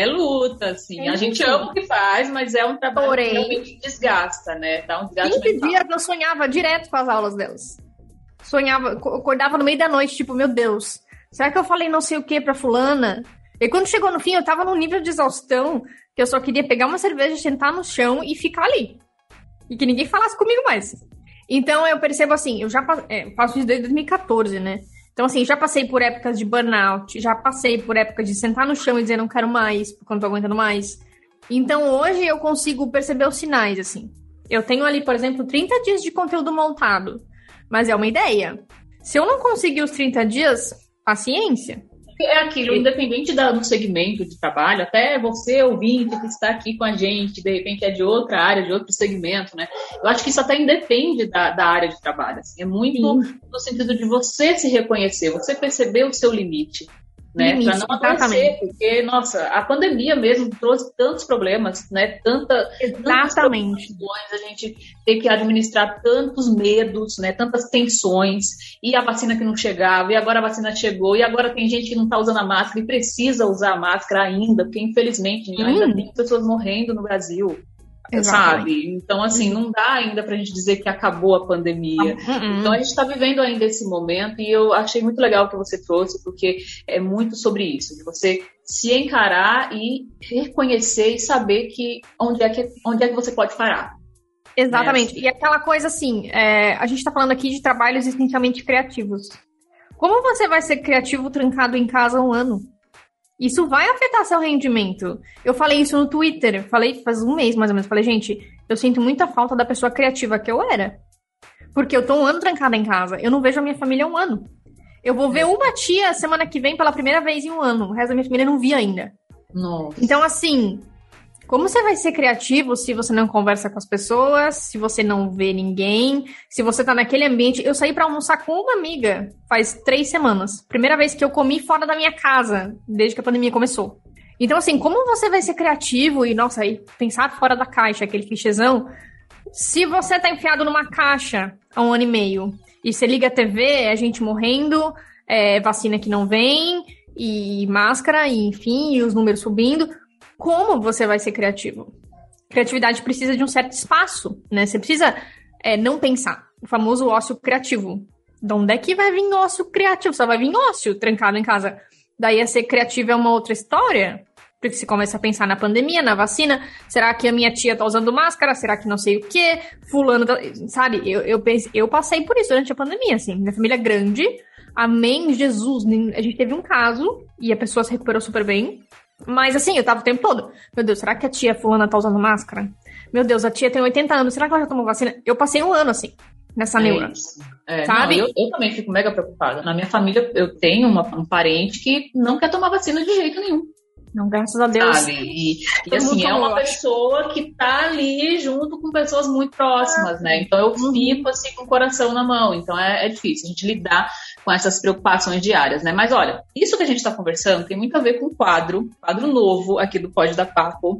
luta, assim. A gente ama o que faz, mas é um trabalho que realmente desgasta, né? Dá um desgaste mental. 20 dias eu sonhava direto com as aulas delas. Sonhava, acordava no meio da noite, tipo, meu Deus, será que eu falei não sei o que pra fulana? E quando chegou no fim, eu tava num nível de exaustão que eu só queria pegar uma cerveja, sentar no chão e ficar ali. E que ninguém falasse comigo mais. Então, eu percebo assim, eu já faço isso desde 2014, né? Então, assim, já passei por épocas de burnout, já passei por épocas de sentar no chão e dizer não quero mais, porque eu não tô aguentando mais. Então, hoje eu consigo perceber os sinais, assim. Eu tenho ali, por exemplo, 30 dias de conteúdo montado, mas é uma ideia. Se eu não conseguir os 30 dias, paciência. É aquilo, independente do segmento de trabalho, até você, ouvinte, que está aqui com a gente, de repente é de outra área, de outro segmento, né? Eu acho que isso até independe da área de trabalho. Assim. É muito no sentido de você se reconhecer, você perceber o seu limite. Né? Para não adoecer, porque, nossa, a pandemia mesmo trouxe tantos problemas, né? Tantas preocupações, a gente tem que administrar tantos medos, né? Tantas tensões, e a vacina que não chegava, e agora a vacina chegou, e agora tem gente que não está usando a máscara e precisa usar a máscara ainda, porque infelizmente ainda tem pessoas morrendo no Brasil. Sabe? Então, assim, não dá ainda pra gente dizer que acabou a pandemia. Então, a gente tá vivendo ainda esse momento e eu achei muito legal o que você trouxe, porque é muito sobre isso, de você se encarar e reconhecer e saber que onde é que você pode parar. Exatamente. Né? E aquela coisa assim, a gente tá falando aqui de trabalhos essencialmente criativos. Como você vai ser criativo trancado em casa 1 ano? Isso vai afetar seu rendimento. Eu falei isso no Twitter, falei faz 1 mês mais ou menos. Falei, gente, eu sinto muita falta da pessoa criativa que eu era. Porque eu tô 1 ano trancada em casa. Eu não vejo a minha família há 1 ano. Eu vou ver uma tia semana que vem pela primeira vez em 1 ano. O resto da minha família eu não vi ainda. Nossa. Então, assim, como você vai ser criativo se você não conversa com as pessoas, se você não vê ninguém, se você tá naquele ambiente... Eu saí pra almoçar com uma amiga faz 3 semanas. Primeira vez que eu comi fora da minha casa, desde que a pandemia começou. Então, assim, como você vai ser criativo e, nossa, aí pensar fora da caixa, aquele clichêzão, se você tá enfiado numa caixa há 1 ano e meio, e você liga a TV, é gente morrendo, vacina que não vem, e máscara, e enfim, e os números subindo... Como você vai ser criativo? Criatividade precisa de um certo espaço, né? Você precisa não pensar. O famoso ócio criativo. De onde é que vai vir ócio criativo? Só vai vir ócio trancado em casa. Daí a ser criativo é uma outra história. Porque você começa a pensar na pandemia, na vacina. Será que a minha tia tá usando máscara? Será que não sei o quê? Fulano... Sabe? Eu passei por isso durante a pandemia, assim. Minha família é grande. Amém, Jesus. A gente teve um caso e a pessoa se recuperou super bem. Mas assim, eu tava o tempo todo. Meu Deus, será que a tia fulana tá usando máscara? Meu Deus, a tia tem 80 anos. Será que ela já tomou vacina? Eu passei 1 ano assim, nessa neura. Sabe? Não, eu também fico mega preocupada. Na minha família, eu tenho um parente que não quer tomar vacina de jeito nenhum. Não, graças a Deus. Sabe? E assim, é uma pessoa que tá ali junto com pessoas muito próximas, né? Então eu fico assim com o coração na mão. Então é difícil a gente lidar com essas preocupações diárias, né? Mas olha, isso que a gente tá conversando tem muito a ver com um quadro novo aqui do Pode Dar Papo.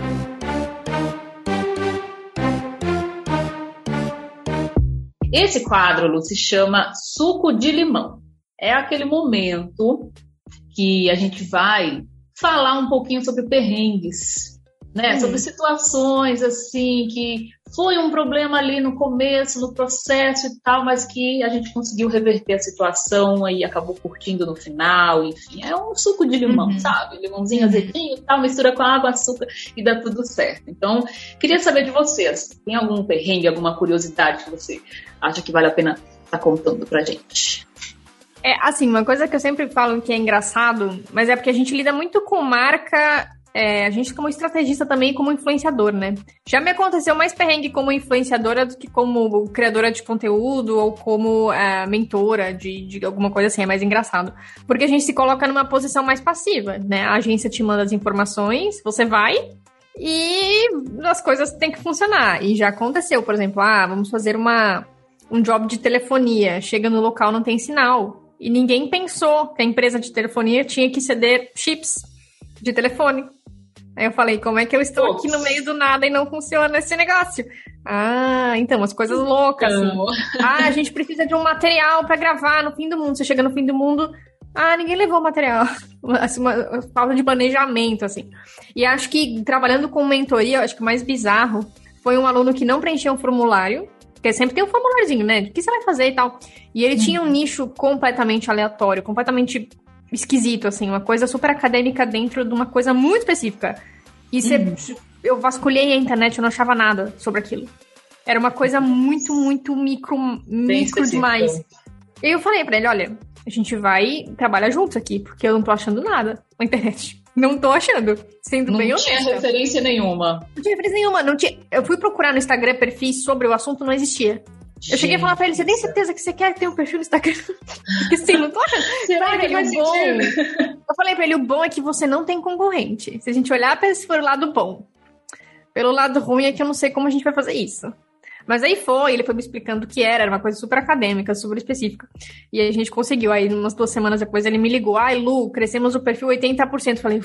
Esse quadro, Lu, se chama Suco de Limão. É aquele momento que a gente vai falar um pouquinho sobre perrengues né? Sobre situações, assim, que foi um problema ali no começo, no processo e tal, mas que a gente conseguiu reverter a situação e acabou curtindo no final, enfim. É um suco de limão, sabe? Limãozinho azedinho e tal, mistura com água, açúcar e dá tudo certo. Então, queria saber de vocês, tem algum perrengue, alguma curiosidade que você acha que vale a pena estar contando pra gente? Assim, uma coisa que eu sempre falo que é engraçado, mas é porque a gente lida muito com marca, a gente como estrategista também, como influenciador, né? Já me aconteceu mais perrengue como influenciadora do que como criadora de conteúdo ou como mentora de alguma coisa assim, é mais engraçado. Porque a gente se coloca numa posição mais passiva, né? A agência te manda as informações, você vai e as coisas têm que funcionar. E já aconteceu, por exemplo, vamos fazer um job de telefonia, chega no local, não tem sinal. E ninguém pensou que a empresa de telefonia tinha que ceder chips de telefone. Aí eu falei, como é que eu estou aqui no meio do nada e não funciona esse negócio? Então, as coisas loucas. Assim. A gente precisa de um material para gravar no fim do mundo. Você chega no fim do mundo, ninguém levou o material. Assim, uma falta de planejamento, assim. E acho que, trabalhando com mentoria, acho que o mais bizarro foi um aluno que não preencheu um formulário, porque sempre tem um formuláriozinho, né? O que você vai fazer e tal. E ele tinha um nicho completamente aleatório, completamente esquisito, assim. Uma coisa super acadêmica dentro de uma coisa muito específica. E eu vasculhei a internet e não achava nada sobre aquilo. Era uma coisa muito, muito micro demais. E eu falei pra ele, olha, a gente vai trabalhar juntos aqui, porque eu não tô achando nada na internet. Não tô achando, sendo bem honesta. Não tinha referência nenhuma. Não tinha referência nenhuma. Eu fui procurar no Instagram perfis sobre o assunto, não existia. Eu cheguei a falar pra ele, você tem certeza que você quer ter um perfil no Instagram? Porque assim, não tô achando. Será que vai bom? Eu falei pra ele, o bom é que você não tem concorrente. Se a gente olhar pra esse for o lado bom. Pelo lado ruim é que eu não sei como a gente vai fazer isso. Mas aí ele foi me explicando o que era uma coisa super acadêmica, super específica. E aí a gente conseguiu. Aí, umas 2 semanas depois, ele me ligou. Lu, crescemos o perfil 80%. Falei,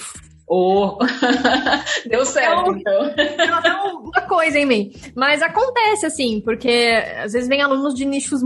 deu certo, então. Deu uma coisa em mim. Mas acontece, assim, porque às vezes vem alunos de nichos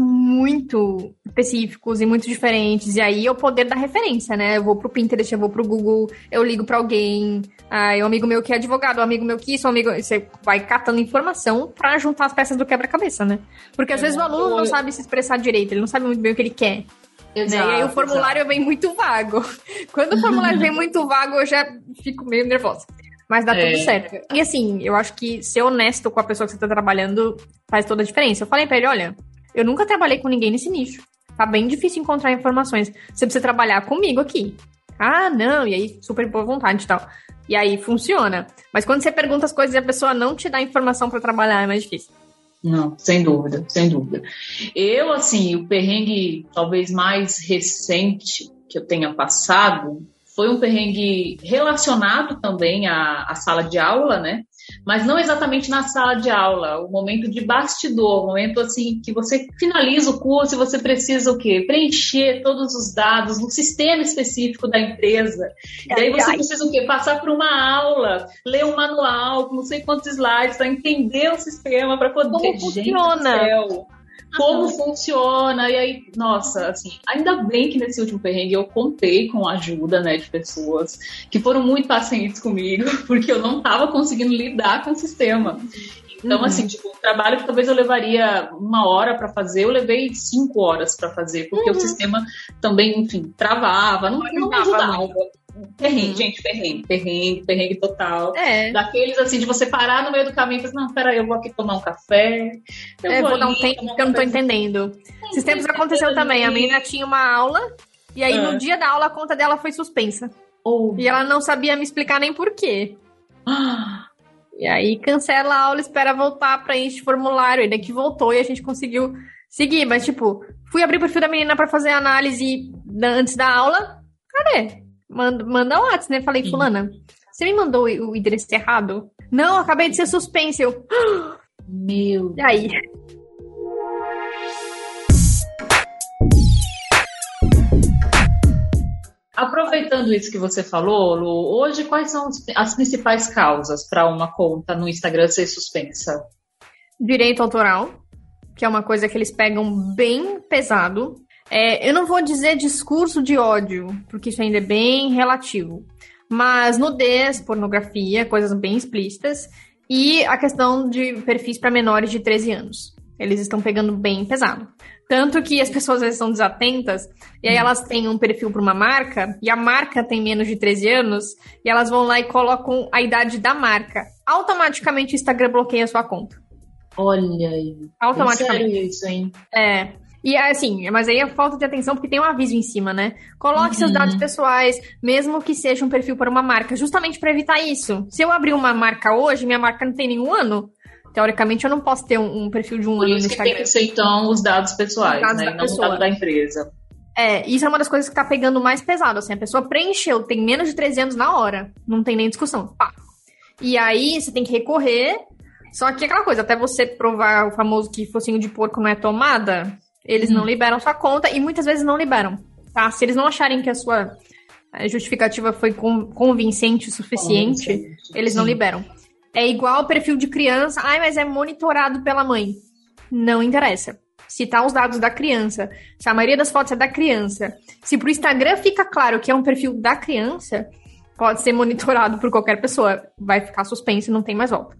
muito específicos e muito diferentes. E aí é o poder da referência, né? Eu vou pro Pinterest, eu vou pro Google, eu ligo pra alguém. Um amigo meu que é advogado, um amigo meu que isso, você vai catando informação pra juntar as peças do quebra-cabeça, né? Porque às vezes o aluno não sabe se expressar direito, ele não sabe muito bem o que ele quer. Exato, né? E aí o formulário vem muito vago. Quando o formulário vem muito vago, eu já fico meio nervosa. Mas dá tudo certo. E assim, eu acho que ser honesto com a pessoa que você tá trabalhando faz toda a diferença. Eu falei pra ele, olha, eu nunca trabalhei com ninguém nesse nicho. Tá bem difícil encontrar informações. Você precisa trabalhar comigo aqui. Não. E aí, super boa vontade e tal. E aí, funciona. Mas quando você pergunta as coisas e a pessoa não te dá informação pra trabalhar, é mais difícil. Não, sem dúvida, sem dúvida. Eu, assim, o perrengue talvez mais recente que eu tenha passado foi um perrengue relacionado também à sala de aula, né? Mas não exatamente na sala de aula, o momento de bastidor, o momento assim que você finaliza o curso e você precisa o quê? Preencher todos os dados no sistema específico da empresa. E aí você precisa o quê? Passar por uma aula, ler um manual, não sei quantos slides, para entender o sistema, para poder... Como funciona? Como funciona, e aí, nossa, assim, ainda bem que nesse último perrengue eu contei com a ajuda, né, de pessoas que foram muito pacientes comigo, porque eu não estava conseguindo lidar com o sistema. Então, assim, tipo, um trabalho que talvez eu levaria 1 hora para fazer, eu levei 5 horas para fazer, porque o sistema também, enfim, travava, não ajudava. Perrengue, gente, perrengue total. Daqueles assim, de você parar no meio do caminho e falar, não, peraí, eu vou aqui tomar um café. Vou dar um tempo porque eu não tô entendendo. Esses tempos aconteceu também. A menina tinha uma aula e aí no dia da aula a conta dela foi suspensa. E ela não sabia me explicar nem por quê. E aí cancela a aula, espera voltar, preenche formulário. E daí que voltou e a gente conseguiu seguir. Mas tipo, fui abrir o perfil da menina pra fazer a análise antes da aula. Cadê? Manda o WhatsApp, né? Falei, fulana, você me mandou o endereço errado? Não, acabei de ser suspensa. Eu... Meu... E aí? Aproveitando isso que você falou, Lu, hoje quais são as principais causas para uma conta no Instagram ser suspensa? Direito autoral, que é uma coisa que eles pegam bem pesado. Eu não vou dizer discurso de ódio, porque isso ainda é bem relativo. Mas nudez, pornografia, coisas bem explícitas. E a questão de perfis para menores de 13 anos. Eles estão pegando bem pesado. Tanto que as pessoas às vezes são desatentas, e aí elas têm um perfil para uma marca, e a marca tem menos de 13 anos, e elas vão lá e colocam a idade da marca. Automaticamente o Instagram bloqueia a sua conta. Olha aí. Automaticamente. Sério isso, hein? E assim, mas aí é falta de atenção porque tem um aviso em cima, né? Coloque seus dados pessoais, mesmo que seja um perfil para uma marca, justamente para evitar isso. Se eu abrir uma marca hoje, minha marca não tem nenhum ano, teoricamente eu não posso ter um perfil de um ano no Instagram. Por isso que tem que ser, então, os dados pessoais, né? E não os dados da empresa. Isso é uma das coisas que tá pegando mais pesado, assim, a pessoa preencheu, tem menos de 13 anos na hora, não tem nem discussão. Pá. E aí você tem que recorrer, só que aquela coisa, até você provar o famoso que focinho de porco não é tomada, eles não liberam sua conta e muitas vezes não liberam, tá? Se eles não acharem que a sua justificativa foi convincente o suficiente, eles não liberam. É igual o perfil de criança, mas é monitorado pela mãe. Não interessa. Se tá os dados da criança, se a maioria das fotos é da criança, se pro Instagram fica claro que é um perfil da criança, pode ser monitorado por qualquer pessoa. Vai ficar suspenso e não tem mais volta.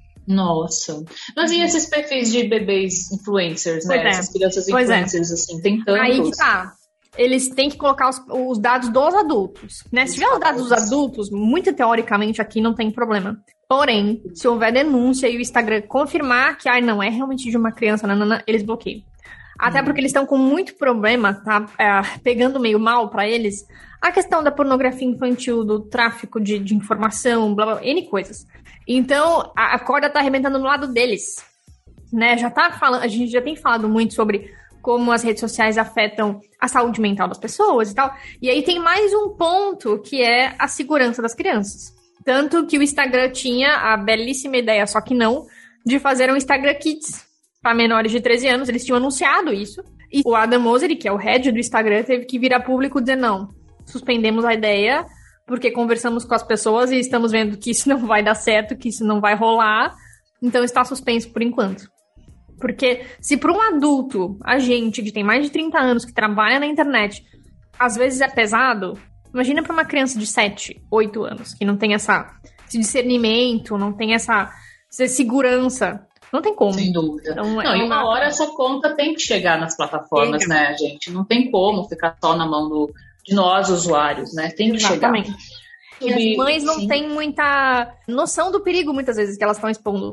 Nossa. Mas e esses perfis de bebês influencers, né? Essas crianças influencers, assim, tem tantos. Aí que tá. Eles têm que colocar os dados dos adultos, né? Se tiver os dados dos adultos, muito teoricamente aqui não tem problema. Porém, se houver denúncia e o Instagram confirmar que não é realmente de uma criança, eles bloqueiam. Até porque eles estão com muito problema, tá? Pegando meio mal pra eles, a questão da pornografia infantil, do tráfico de informação, blá, blá, N coisas. Então, a corda tá arrebentando no lado deles, né? A gente já tem falado muito sobre como as redes sociais afetam a saúde mental das pessoas e tal. E aí tem mais um ponto, que é a segurança das crianças. Tanto que o Instagram tinha a belíssima ideia, só que não, de fazer um Instagram Kids para menores de 13 anos. Eles tinham anunciado isso. E o Adam Mosseri, que é o head do Instagram, teve que vir a público dizer não, suspendemos a ideia, porque conversamos com as pessoas e estamos vendo que isso não vai dar certo, que isso não vai rolar. Então está suspenso por enquanto. Porque se para um adulto, a gente que tem mais de 30 anos, que trabalha na internet, às vezes é pesado, imagina para uma criança de 7, 8 anos, que não tem esse discernimento, não tem essa segurança. Não tem como. Sem dúvida. Então, e uma hora essa conta tem que chegar nas plataformas, né, gente? Não tem como ficar só na mão de nós, usuários, né? Tem que chegar. E as mães não têm muita noção do perigo, muitas vezes, que elas estão expondo.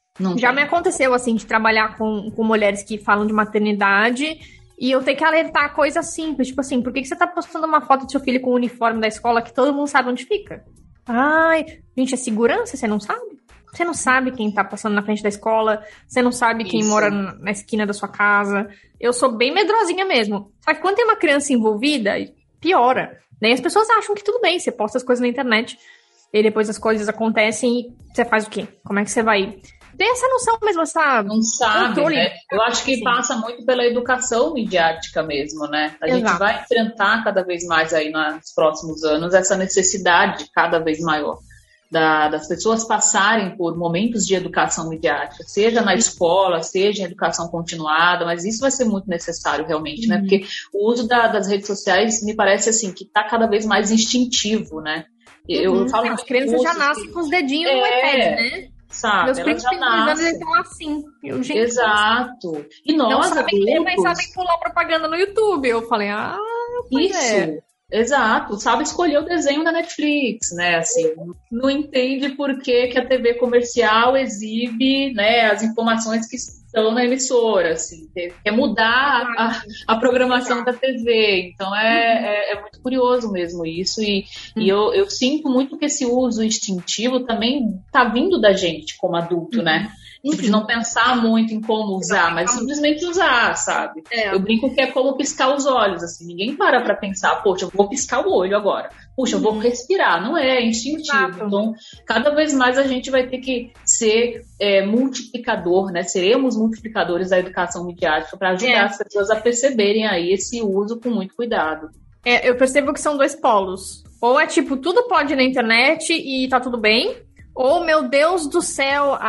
Já me aconteceu, assim, de trabalhar com mulheres que falam de maternidade e eu ter que alertar coisa simples, tipo assim, por que você tá postando uma foto do seu filho com o uniforme da escola que todo mundo sabe onde fica? Gente, é segurança? Você não sabe? Você não sabe quem tá passando na frente da escola, você não sabe quem mora na esquina da sua casa. Eu sou bem medrosinha mesmo. Só que quando tem uma criança envolvida, piora. Daí as pessoas acham que tudo bem, você posta as coisas na internet e depois as coisas acontecem e você faz o quê? Como é que você vai... Tem essa noção mesmo, essa... Não sabe, né? Eu acho que passa muito pela educação midiática mesmo, né? A gente vai enfrentar cada vez mais aí nos próximos anos essa necessidade cada vez maior das pessoas passarem por momentos de educação midiática, seja na escola, seja em educação continuada, mas isso vai ser muito necessário realmente, né? Porque o uso das redes sociais me parece assim, que está cada vez mais instintivo, né? Eu falo as crianças já nascem com os dedinhos no iPad, né? Sabe, meus primos têm 2 anos, eles estão assim. Exato. E nós, não sabem ler, mas sabem pular propaganda no YouTube. Eu falei, isso. Exato. Sabe escolher o desenho da Netflix, né? Assim, não entende por que a TV comercial exibe, né, as informações que estão na emissora, assim. Quer mudar a programação da TV. Então, é muito curioso mesmo isso. E eu sinto muito que esse uso instintivo também tá vindo da gente como adulto, né? Tipo, de não pensar muito em como usar, mas simplesmente usar, sabe? Eu brinco que é como piscar os olhos, assim. Ninguém para pra pensar, poxa, eu vou piscar o olho agora. Puxa, eu vou respirar. Não é instintivo. Exato. Então, cada vez mais a gente vai ter que ser multiplicador, né? Seremos multiplicadores da educação midiática para ajudar as pessoas a perceberem aí esse uso com muito cuidado. Eu percebo que são 2 polos. Ou é tipo, tudo pode na internet e tá tudo bem. Ou, meu Deus do céu,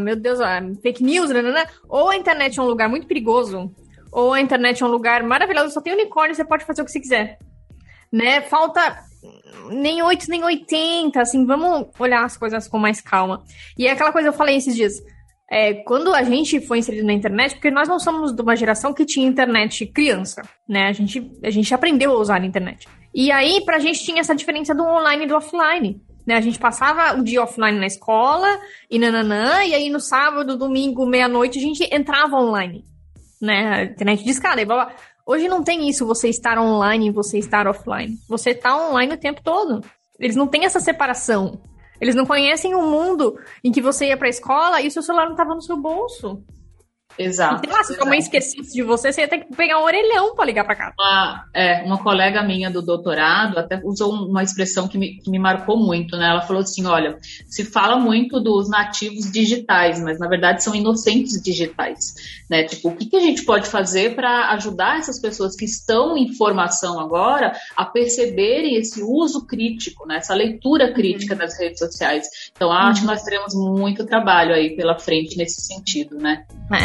fake news, né? Ou a internet é um lugar muito perigoso, ou a internet é um lugar maravilhoso, só tem unicórnio, você pode fazer o que você quiser. Né? Falta nem 8, nem 80, assim, vamos olhar as coisas com mais calma. E é aquela coisa que eu falei esses dias, quando a gente foi inserido na internet, porque nós não somos de uma geração que tinha internet criança, né? A gente aprendeu a usar a internet. E aí, pra gente tinha essa diferença do online e do offline, né? A gente passava o dia offline na escola, e e aí no sábado, domingo, meia-noite, a gente entrava online, né? A internet discada, e blá, blá. Hoje não tem isso, você estar online e você estar offline. Você tá online o tempo todo. Eles não têm essa separação. Eles não conhecem o mundo em que você ia pra escola e o seu celular não tava no seu bolso. Exato. Então, se a mãe esquecesse de você, você ia ter que pegar um orelhão pra ligar pra casa. Uma colega minha do doutorado até usou uma expressão que me marcou muito, né? Ela falou assim, olha, se fala muito dos nativos digitais, mas na verdade são inocentes digitais, né? Tipo, o que a gente pode fazer para ajudar essas pessoas que estão em formação agora a perceberem esse uso crítico, né? Essa leitura crítica das redes sociais. Então, acho que nós teremos muito trabalho aí pela frente nesse sentido, né?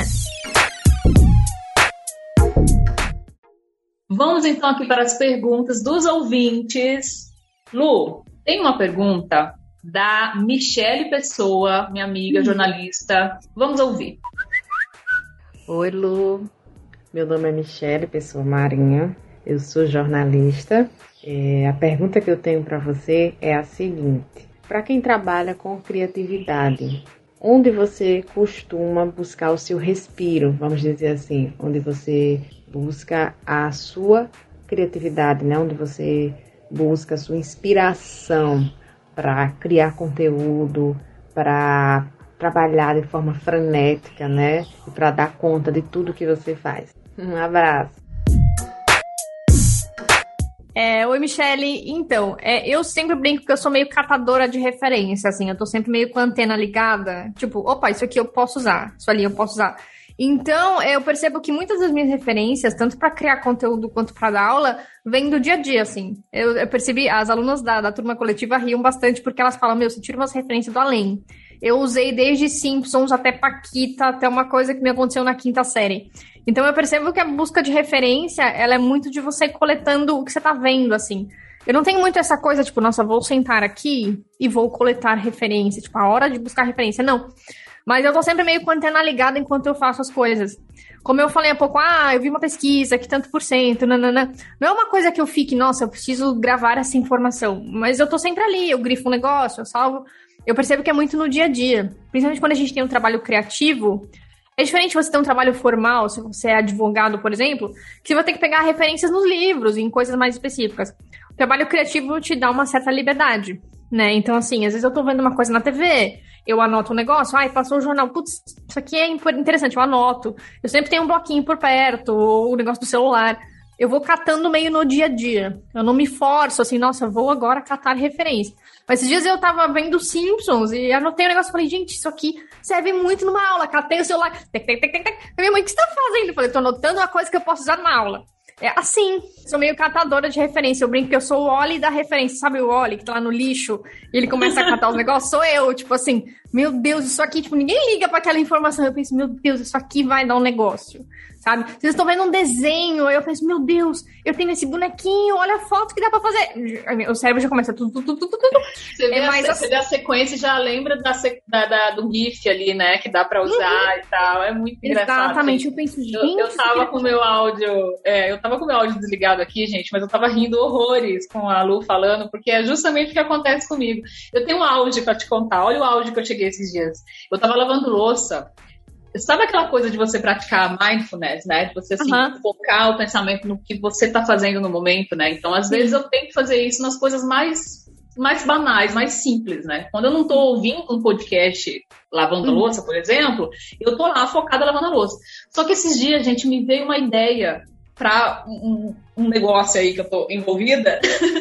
Vamos então aqui para as perguntas dos ouvintes. Lu, tem uma pergunta da Michele Pessoa, minha amiga jornalista. Vamos ouvir. Oi, Lu. Meu nome é Michele Pessoa Marinho. Eu sou jornalista. A pergunta que eu tenho para você é a seguinte: para quem trabalha com criatividade, onde você costuma buscar o seu respiro, vamos dizer assim, onde você busca a sua criatividade, né? Onde você busca a sua inspiração para criar conteúdo, para trabalhar de forma frenética, né? E para dar conta de tudo que você faz. Um abraço. Oi, Michele. Então, eu sempre brinco que eu sou meio catadora de referência, assim. Eu tô sempre meio com a antena ligada. Tipo, opa, isso aqui eu posso usar. Isso ali eu posso usar. Então, eu percebo que muitas das minhas referências, tanto para criar conteúdo quanto para dar aula, vêm do dia a dia, assim. Eu percebi, as alunas da turma coletiva riam bastante porque elas falam, você tira umas referências do além. Eu usei desde Simpsons até Paquita, até uma coisa que me aconteceu na 5ª série. Então eu percebo que a busca de referência, ela é muito de você coletando o que você tá vendo, assim. Eu não tenho muito essa coisa, tipo, nossa, vou sentar aqui e vou coletar referência, tipo, a hora de buscar referência, não. Mas eu tô sempre meio com a antena ligada enquanto eu faço as coisas. Como eu falei há pouco, eu vi uma pesquisa que tanto por cento, nanana. Não é uma coisa que eu fique, nossa, eu preciso gravar essa informação. Mas eu tô sempre ali, eu grifo um negócio, eu salvo. Eu percebo que é muito no dia a dia. Principalmente quando a gente tem um trabalho criativo. É diferente você ter um trabalho formal, se você é advogado, por exemplo, que você vai ter que pegar referências nos livros, em coisas mais específicas. O trabalho criativo te dá uma certa liberdade, né? Então, assim, às vezes eu tô vendo uma coisa na TV, eu anoto um negócio, passou o jornal, putz, isso aqui é interessante, eu anoto. Eu sempre tenho um bloquinho por perto, ou o negócio do celular. Eu vou catando meio no dia a dia. Eu não me forço, assim, nossa, vou agora catar referência. Mas esses dias eu tava vendo Simpsons e anotei um negócio e falei, gente, isso aqui serve muito numa aula. Catei o celular, minha mãe, o que você tá fazendo? Eu falei, tô anotando uma coisa que eu posso usar numa aula. É assim, sou meio catadora de referência. Eu brinco que eu sou o Oli da referência. Sabe o Oli que tá lá no lixo e ele começa a catar os negócios? Sou eu, tipo assim, meu Deus, isso aqui, tipo, ninguém liga pra aquela informação. Eu penso, meu Deus, isso aqui vai dar um negócio, sabe? Vocês estão vendo um desenho, aí eu penso, meu Deus, eu tenho esse bonequinho, olha a foto que dá pra fazer. O cérebro já começa tudo. Você vê a sequência e já lembra do GIF ali, né? Que dá pra usar e tal. É muito engraçado. Exatamente, eu penso, gente. Eu tava com o meu áudio. Eu tava com o meu áudio desligado aqui, gente, mas eu tava rindo horrores com a Lu falando, porque é justamente o que acontece comigo. Eu tenho um áudio pra te contar. Olha o áudio que eu cheguei esses dias. Eu tava lavando louça. Sabe aquela coisa de você praticar mindfulness, né? De você, assim, focar o pensamento no que você tá fazendo no momento, né? Então, às vezes, eu tenho que fazer isso nas coisas mais banais, mais simples, né? Quando eu não tô ouvindo um podcast lavando a louça, por exemplo, eu tô lá focada lavando a louça. Só que esses dias, gente, me veio uma ideia pra um negócio aí que eu tô envolvida.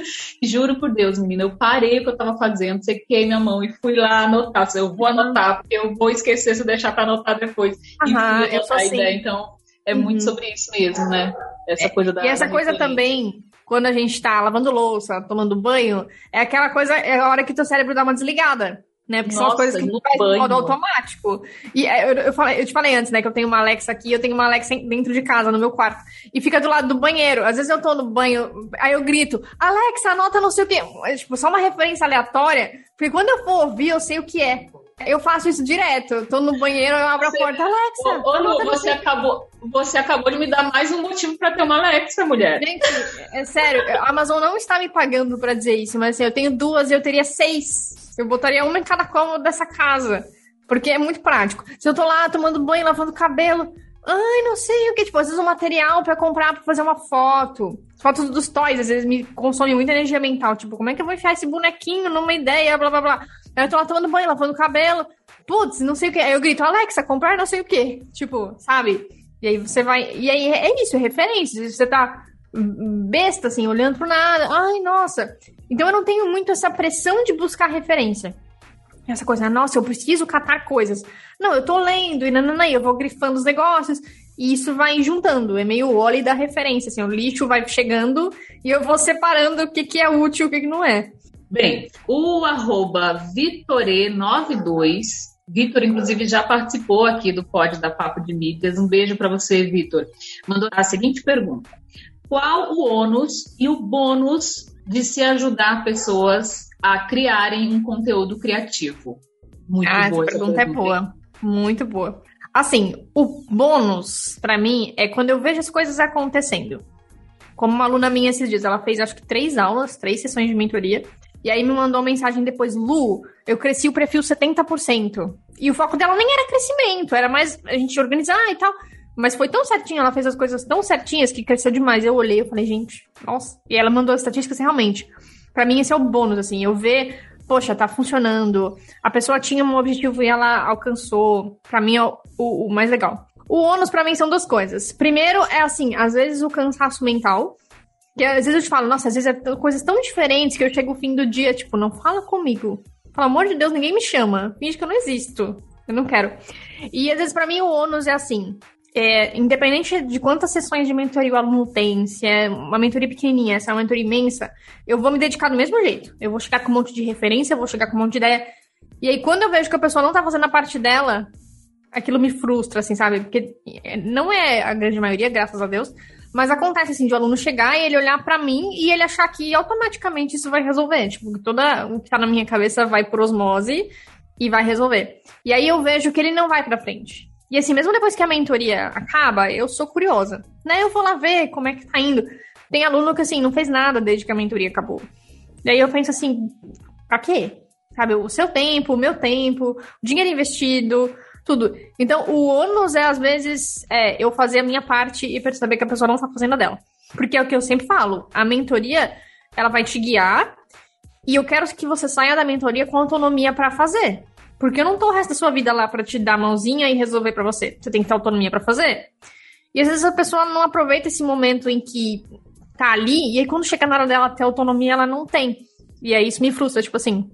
E juro por Deus, menina, eu parei o que eu tava fazendo, sequei minha mão e fui lá anotar. Eu vou anotar, porque eu vou esquecer se eu deixar pra anotar depois. E fui anotar a ideia. Então, é muito sobre isso mesmo, né? Essa coisa da... E essa coisa também, quando a gente tá lavando louça, tomando banho, é aquela coisa, é a hora que teu cérebro dá uma desligada. Né? Porque são as coisas que faz no modo automático. E eu te falei antes, né, que eu tenho uma Alexa aqui, eu tenho uma Alexa dentro de casa, no meu quarto. E fica do lado do banheiro. Às vezes eu tô no banho, aí eu grito, Alexa, anota não sei o quê. Tipo, só uma referência aleatória, porque quando eu for ouvir, eu sei o que é. Eu faço isso direto. Eu tô no banheiro, eu abro a porta, Alexa. Lu, você acabou de me dar mais um motivo pra ter uma Alexa, mulher. Gente, é sério, a Amazon não está me pagando pra dizer isso, mas assim, eu tenho 2 e eu teria 6. Eu botaria uma em cada cômodo dessa casa. Porque é muito prático. Se eu tô lá tomando banho, lavando o cabelo, não sei o que, tipo, às vezes um material pra comprar pra fazer uma foto. Fotos dos toys, às vezes me consomem muita energia mental. Tipo, como é que eu vou enfiar esse bonequinho numa ideia, blá blá blá. Aí eu tô lá tomando banho, lavando o cabelo. Putz, não sei o que. Aí eu grito, Alexa, comprar não sei o que. Tipo, sabe? E aí você vai... E aí é isso, é referência. Você tá besta, assim, olhando pro nada. Ai, nossa. Então eu não tenho muito essa pressão de buscar referência. Essa coisa, nossa, eu preciso catar coisas. Não, eu tô lendo e eu vou grifando os negócios. E isso vai juntando. É meio o óleo da referência, assim. O lixo vai chegando e eu vou separando o que é útil e o que não é. Bem, o @Vitore92, Vitor, inclusive, já participou aqui do pod da Papo de Mídias. Um beijo para você, Vitor. Mandou a seguinte pergunta. Qual o ônus e o bônus de se ajudar pessoas a criarem um conteúdo criativo? Muito boa. Essa pergunta é boa. Muito boa. Assim, o bônus, pra mim, é quando eu vejo as coisas acontecendo. Como uma aluna minha esses dias, ela fez acho que 3 aulas, 3 sessões de mentoria. E aí me mandou uma mensagem depois, Lu, eu cresci o perfil 70%. E o foco dela nem era crescimento, era mais a gente organizar e tal. Mas foi tão certinho, ela fez as coisas tão certinhas que cresceu demais. Eu olhei, eu falei, gente, nossa. E ela mandou as estatísticas realmente. Pra mim esse é o bônus, assim, eu ver, poxa, tá funcionando. A pessoa tinha um objetivo e ela alcançou. Pra mim é o mais legal. O ônus pra mim são 2 coisas. Primeiro é assim, às vezes o cansaço mental. Que às vezes eu te falo, nossa, às vezes é coisas tão diferentes que eu chego no fim do dia, tipo, não fala comigo. Pelo amor de Deus, ninguém me chama. Finge que eu não existo. Eu não quero. E às vezes pra mim o ônus é assim, independente de quantas sessões de mentoria o aluno tem, se é uma mentoria pequenininha, se é uma mentoria imensa, eu vou me dedicar do mesmo jeito. Eu vou chegar com um monte de referência, eu vou chegar com um monte de ideia. E aí quando eu vejo que a pessoa não tá fazendo a parte dela, aquilo me frustra, assim, sabe? Porque não é a grande maioria, graças a Deus, mas acontece, assim, de o aluno chegar e ele olhar pra mim e ele achar que automaticamente isso vai resolver. Tipo, todo o que tá na minha cabeça vai por osmose e vai resolver. E aí eu vejo que ele não vai pra frente. E assim, mesmo depois que a mentoria acaba, eu sou curiosa, né? Eu vou lá ver como é que tá indo. Tem aluno que, assim, não fez nada desde que a mentoria acabou. E aí eu penso assim, pra quê? Sabe, o seu tempo, o meu tempo, o dinheiro investido... Tudo. Então, o ônus é, às vezes, eu fazer a minha parte e perceber que a pessoa não está fazendo a dela. Porque é o que eu sempre falo. A mentoria, ela vai te guiar e eu quero que você saia da mentoria com autonomia para fazer. Porque eu não tô o resto da sua vida lá para te dar a mãozinha e resolver para você. Você tem que ter autonomia para fazer. E, às vezes, a pessoa não aproveita esse momento em que tá ali e aí, quando chega na hora dela ter autonomia, ela não tem. E aí, isso me frustra, tipo assim...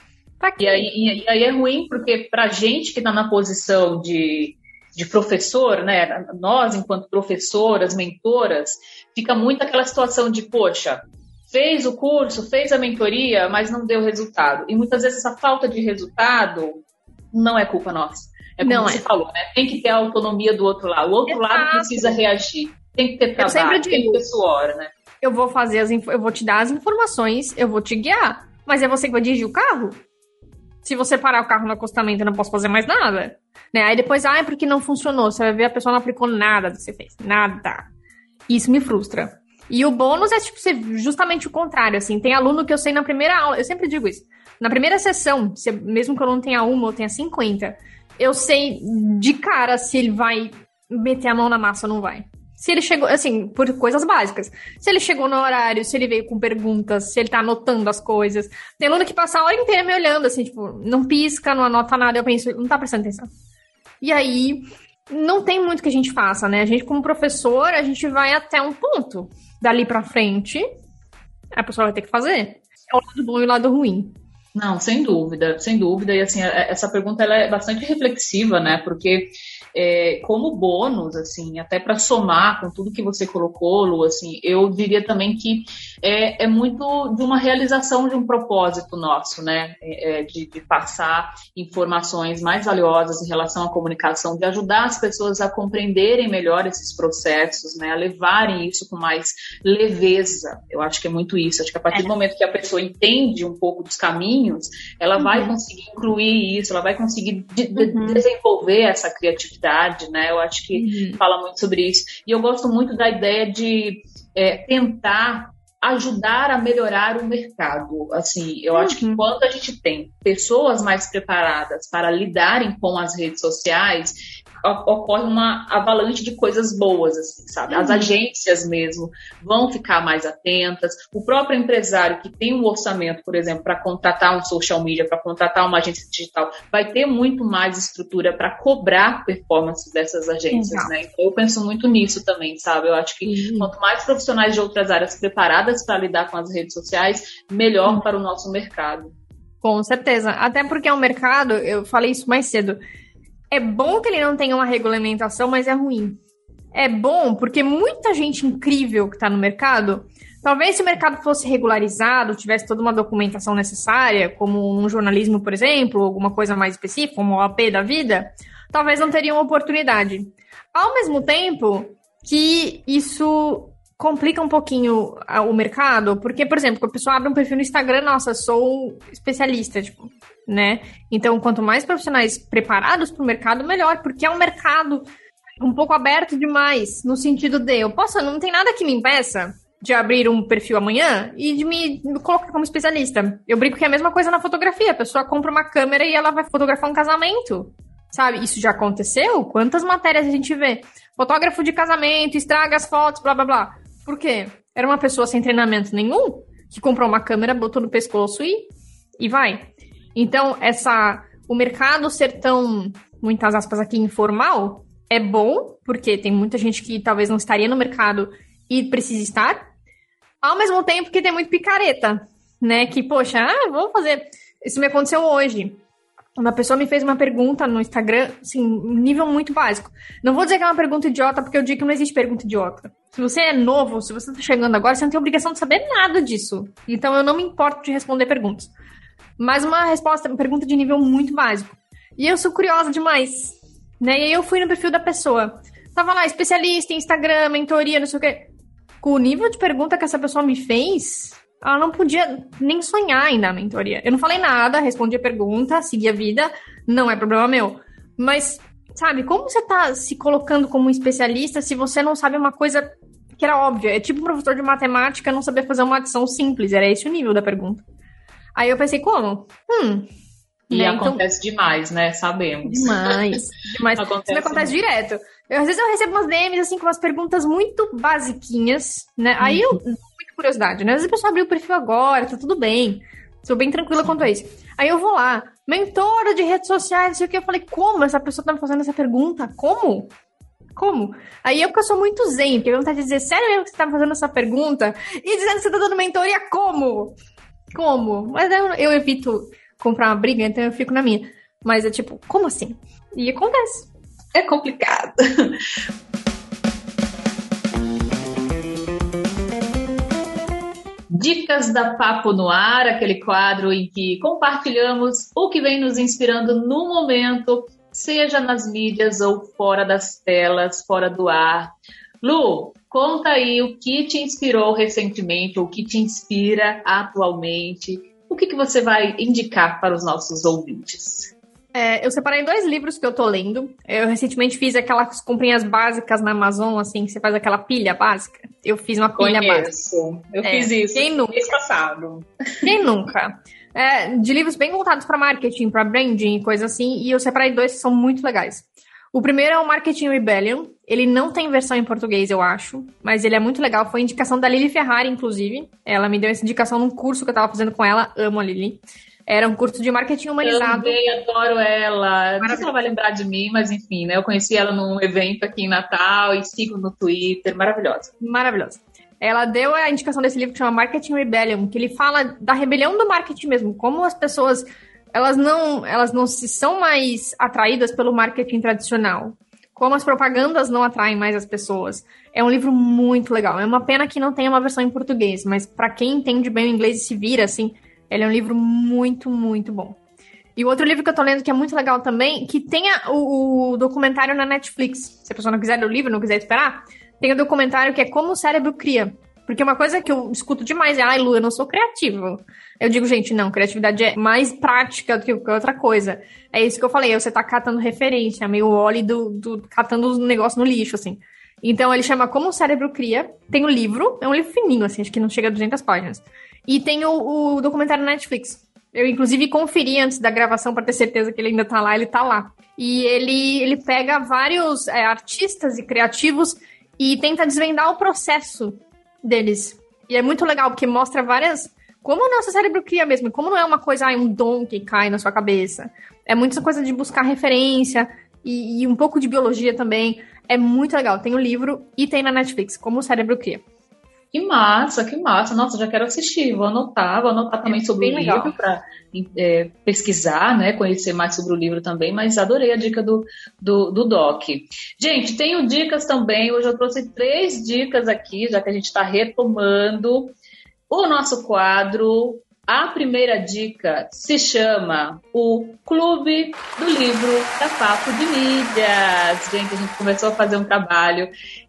E aí é ruim, porque pra gente que está na posição de professor, né, nós enquanto professoras, mentoras, fica muito aquela situação de, poxa, fez o curso, fez a mentoria, mas não deu resultado. E muitas vezes essa falta de resultado não é culpa nossa. É como você falou, né? Tem que ter a autonomia do outro lado. O outro lado precisa reagir. Tem que ter trabalho, tem que ter suor, né? Eu vou te dar as informações, eu vou te guiar, mas é você que vai dirigir o carro? Se você parar o carro no acostamento, eu não posso fazer mais nada. Né? Aí depois, é porque não funcionou. Você vai ver, a pessoa não aplicou nada do que você fez. Nada. Isso me frustra. E o bônus é, tipo, ser justamente o contrário, assim. Tem aluno que eu sei na primeira aula, eu sempre digo isso. Na primeira sessão, mesmo que eu não tenha 1 ou tenha 50, eu sei de cara se ele vai meter a mão na massa ou não vai. Se ele chegou, assim, por coisas básicas. Se ele chegou no horário, se ele veio com perguntas, se ele tá anotando as coisas. Tem aluno que passa a hora inteira me olhando, assim, tipo, não pisca, não anota nada. Eu penso, não tá prestando atenção. E aí, não tem muito que a gente faça, né? A gente, como professor, a gente vai até um ponto. Dali pra frente, a pessoa vai ter que fazer. É o lado bom e o lado ruim. Não, sem dúvida, sem dúvida. E assim, essa pergunta ela é bastante reflexiva, né? Porque como bônus, assim, até para somar com tudo que você colocou, Lu, assim, eu diria também que é muito de uma realização de um propósito nosso, né? De passar informações mais valiosas em relação à comunicação, de ajudar as pessoas a compreenderem melhor esses processos, né? A levarem isso com mais leveza. Eu acho que é muito isso. Acho que a partir do momento que a pessoa entende um pouco dos caminhos, ela vai conseguir incluir isso, ela vai conseguir desenvolver essa criatividade, né? Eu acho que fala muito sobre isso. E eu gosto muito da ideia de tentar ajudar a melhorar o mercado. Assim, eu acho que quando a gente tem pessoas mais preparadas para lidarem com as redes sociais, ocorre uma avalanche de coisas boas, assim, sabe? As agências mesmo vão ficar mais atentas. O próprio empresário que tem um orçamento, por exemplo, para contratar um social media, para contratar uma agência digital, vai ter muito mais estrutura para cobrar performance dessas agências, né? Então eu penso muito nisso também, sabe? Eu acho que quanto mais profissionais de outras áreas preparadas para lidar com as redes sociais, melhor para o nosso mercado. Com certeza. Até porque é um mercado, eu falei isso mais cedo, é bom que ele não tenha uma regulamentação, mas é ruim. É bom porque muita gente incrível que está no mercado, talvez se o mercado fosse regularizado, tivesse toda uma documentação necessária, como um jornalismo, por exemplo, alguma coisa mais específica, como o OAB da vida, talvez não teriam oportunidade. Ao mesmo tempo que isso complica um pouquinho o mercado, porque, por exemplo, quando a pessoa abre um perfil no Instagram, nossa, sou especialista, tipo, né? Então, quanto mais profissionais preparados para o mercado, melhor, porque é um mercado um pouco aberto demais, no sentido de, não tem nada que me impeça de abrir um perfil amanhã e de me colocar como especialista. Eu brinco que é a mesma coisa na fotografia, a pessoa compra uma câmera e ela vai fotografar um casamento, sabe? Isso já aconteceu? Quantas matérias a gente vê? Fotógrafo de casamento, estraga as fotos, blá, blá, blá. Por quê? Era uma pessoa sem treinamento nenhum, que comprou uma câmera, botou no pescoço e vai. Então, o mercado ser tão, muitas aspas aqui, informal, é bom, porque tem muita gente que talvez não estaria no mercado e precisa estar, ao mesmo tempo que tem muito picareta, né? Que, poxa, vou fazer... Isso me aconteceu hoje. Uma pessoa me fez uma pergunta no Instagram, assim, nível muito básico. Não vou dizer que é uma pergunta idiota, porque eu digo que não existe pergunta idiota. Se você é novo, se você tá chegando agora, você não tem obrigação de saber nada disso. Então, eu não me importo de responder perguntas. Mas uma pergunta de nível muito básico. E eu sou curiosa demais, né? E aí eu fui no perfil da pessoa. Tava lá, especialista em Instagram, mentoria, não sei o quê. Com o nível de pergunta que essa pessoa me fez, ela não podia nem sonhar ainda na mentoria. Eu não falei nada, respondi a pergunta, segui a vida, não é problema meu. Mas, sabe, como você tá se colocando como um especialista se você não sabe uma coisa que era óbvia? É tipo um professor de matemática não saber fazer uma adição simples, era esse o nível da pergunta. Aí eu pensei, como? E né? Acontece demais, né? Sabemos. Demais. Isso me acontece direto. Às vezes eu recebo umas DMs, assim, com umas perguntas muito basiquinhas, né? Aí eu... Muita curiosidade, né? Às vezes a pessoa abriu o perfil agora, tá tudo bem. Sou bem tranquila quanto a isso. Aí eu vou lá, mentora de redes sociais, não sei o que. Eu falei, como essa pessoa tá me fazendo essa pergunta? Como? Aí eu sou muito zen, porque eu vontade de dizer, sério mesmo que você tá me fazendo essa pergunta? E dizendo que você tá dando mentoria, como? Mas eu evito comprar uma briga, então eu fico na minha. Mas é tipo, como assim? E acontece. É complicado. Dicas da Papo no Ar, aquele quadro em que compartilhamos o que vem nos inspirando no momento, seja nas mídias ou fora das telas, fora do ar. Lu, conta aí o que te inspirou recentemente, ou o que te inspira atualmente. O que você vai indicar para os nossos ouvintes? Eu separei 2 livros que eu tô lendo. Eu recentemente fiz aquelas comprinhas básicas na Amazon, assim, que você faz aquela pilha básica. Eu fiz uma pilha básica. Eu fiz isso mês passado. Quem nunca? De livros bem voltados para marketing, para branding e coisa assim. E eu separei 2 que são muito legais. O primeiro é o Marketing Rebellion. Ele não tem versão em português, eu acho, mas ele é muito legal. Foi indicação da Lili Ferrari, inclusive. Ela me deu essa indicação num curso que eu tava fazendo com ela. Amo a Lili. Era um curso de marketing humanizado. Eu também adoro ela. Não sei se ela vai lembrar de mim, mas enfim, né? Eu conheci ela num evento aqui em Natal e sigo no Twitter. Maravilhosa. Maravilhosa. ela deu a indicação desse livro que chama Marketing Rebellion, que ele fala da rebelião do marketing mesmo, como as pessoas, elas não se são mais atraídas pelo marketing tradicional, como as propagandas não atraem mais as pessoas. É um livro muito legal. É uma pena que não tenha uma versão em português, mas para quem entende bem o inglês e se vira, assim, ele é um livro muito, muito bom. E o outro livro que eu tô lendo, que é muito legal também, que tem o documentário na Netflix. Se a pessoa não quiser ler o livro, não quiser esperar, tem o documentário que é Como o Cérebro Cria. Porque uma coisa que eu escuto demais é, Lu, eu não sou criativo. Eu digo, gente, não, criatividade é mais prática do que outra coisa. É isso que eu falei, você tá catando referência, meio óleo catando os negócios no lixo, assim. Então, ele chama Como o Cérebro Cria, tem o livro, é um livro fininho, assim, acho que não chega a 200 páginas. E tem o documentário na Netflix. Eu, inclusive, conferi antes da gravação para ter certeza que ele ainda tá lá, ele tá lá. E ele pega vários artistas e criativos e tenta desvendar o processo deles. E é muito legal, porque mostra como o nosso cérebro cria mesmo, como não é uma coisa, um dom que cai na sua cabeça. É muito essa coisa de buscar referência e um pouco de biologia também. É muito legal. Tem o livro e tem na Netflix, Como o Cérebro Cria. Que massa, que massa. Nossa, já quero assistir. Vou anotar também sobre o livro para pesquisar, né, conhecer mais sobre o livro também, mas adorei a dica do Doc. Gente, tenho dicas também. Hoje eu trouxe 3 dicas aqui, já que a gente está retomando o nosso quadro. A primeira dica se chama o Clube do Livro da Papo de Mídias. Gente, a gente começou a fazer um trabalho,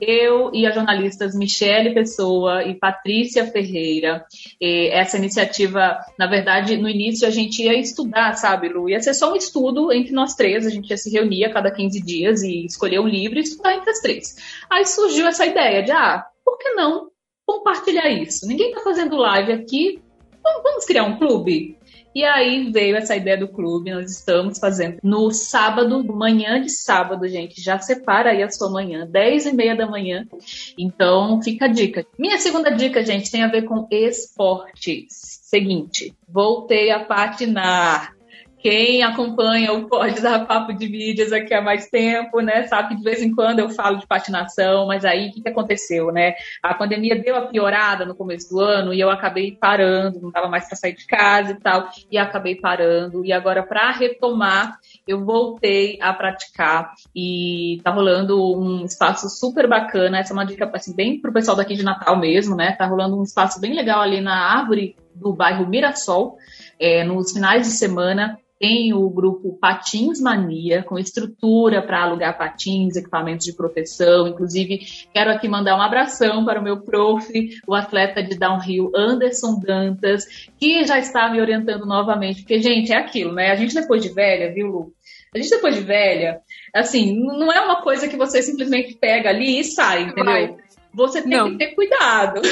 eu e as jornalistas Michele Pessoa e Patrícia Ferreira. Essa iniciativa, na verdade, no início a gente ia estudar, sabe, Lu? Ia ser só um estudo entre nós 3, a gente ia se reunir a cada 15 dias e escolher um livro e estudar entre as 3. Aí surgiu essa ideia de, por que não compartilhar isso? Ninguém está fazendo live aqui, vamos criar um clube? E aí veio essa ideia do clube, nós estamos fazendo no sábado, manhã de sábado, gente, já separa aí a sua manhã, 10h30 da manhã, então fica a dica. Minha segunda dica, gente, tem a ver com esportes. Seguinte, voltei a patinar. Quem acompanha o Pode Dar Papo de Mídias aqui há mais tempo, né, sabe que de vez em quando eu falo de patinação, mas aí o que aconteceu, né? A pandemia deu a piorada no começo do ano e eu acabei parando, não dava mais para sair de casa e tal, e acabei parando. E agora, para retomar, eu voltei a praticar e tá rolando um espaço super bacana. Essa é uma dica assim, bem pro pessoal daqui de Natal mesmo, né? Tá rolando um espaço bem legal ali na Árvore do bairro Mirassol, nos finais de semana. Tem o grupo Patins Mania, com estrutura para alugar patins, equipamentos de proteção. Inclusive, quero aqui mandar um abração para o meu prof, o atleta de downhill Anderson Dantas, que já está me orientando novamente. Porque, gente, é aquilo, né? A gente depois de velha, viu, Lu? A gente depois de velha, assim, não é uma coisa que você simplesmente pega ali e sai, entendeu? Você tem que ter cuidado.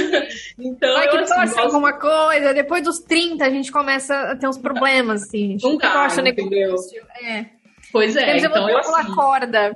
Então, vai que torce alguma coisa, depois dos 30 a gente começa a ter uns problemas, assim. Não dá, entendeu? Pois é, então eu pular corda.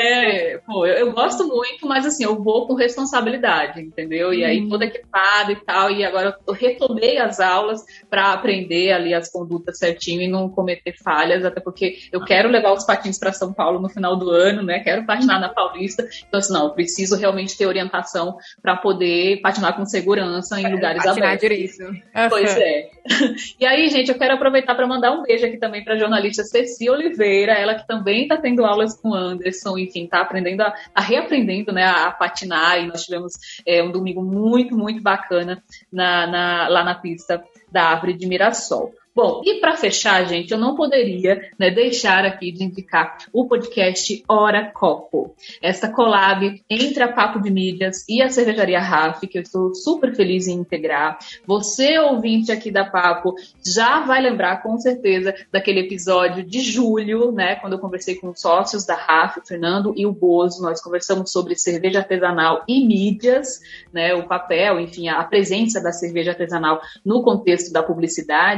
Eu gosto muito, mas assim, eu vou com responsabilidade, entendeu? E aí toda equipada e tal, e agora eu retomei as aulas para aprender ali as condutas certinho e não cometer falhas, até porque eu quero levar os patins para São Paulo no final do ano, né? Quero patinar na Paulista, então assim, não, eu preciso realmente ter orientação para poder patinar com segurança em lugares abertos. Direito. Pois é. E aí, gente, eu quero aproveitar para mandar um beijo aqui também para a jornalista Ceci Oliveira, ela que também está tendo aulas com o Anderson, enfim, está aprendendo reaprendendo, né, a patinar, e nós tivemos um domingo muito, muito bacana lá na pista da Árvore de Mirassol. Bom, e para fechar, gente, eu não poderia, né, deixar aqui de indicar o podcast Hora Copo. Essa collab entre a Papo de Mídias e a Cervejaria RAF, que eu estou super feliz em integrar. Você, ouvinte aqui da Papo, já vai lembrar com certeza daquele episódio de julho, né, quando eu conversei com os sócios da RAF, o Fernando e o Bozo. Nós conversamos sobre cerveja artesanal e mídias, né, o papel, enfim, a presença da cerveja artesanal no contexto da publicidade.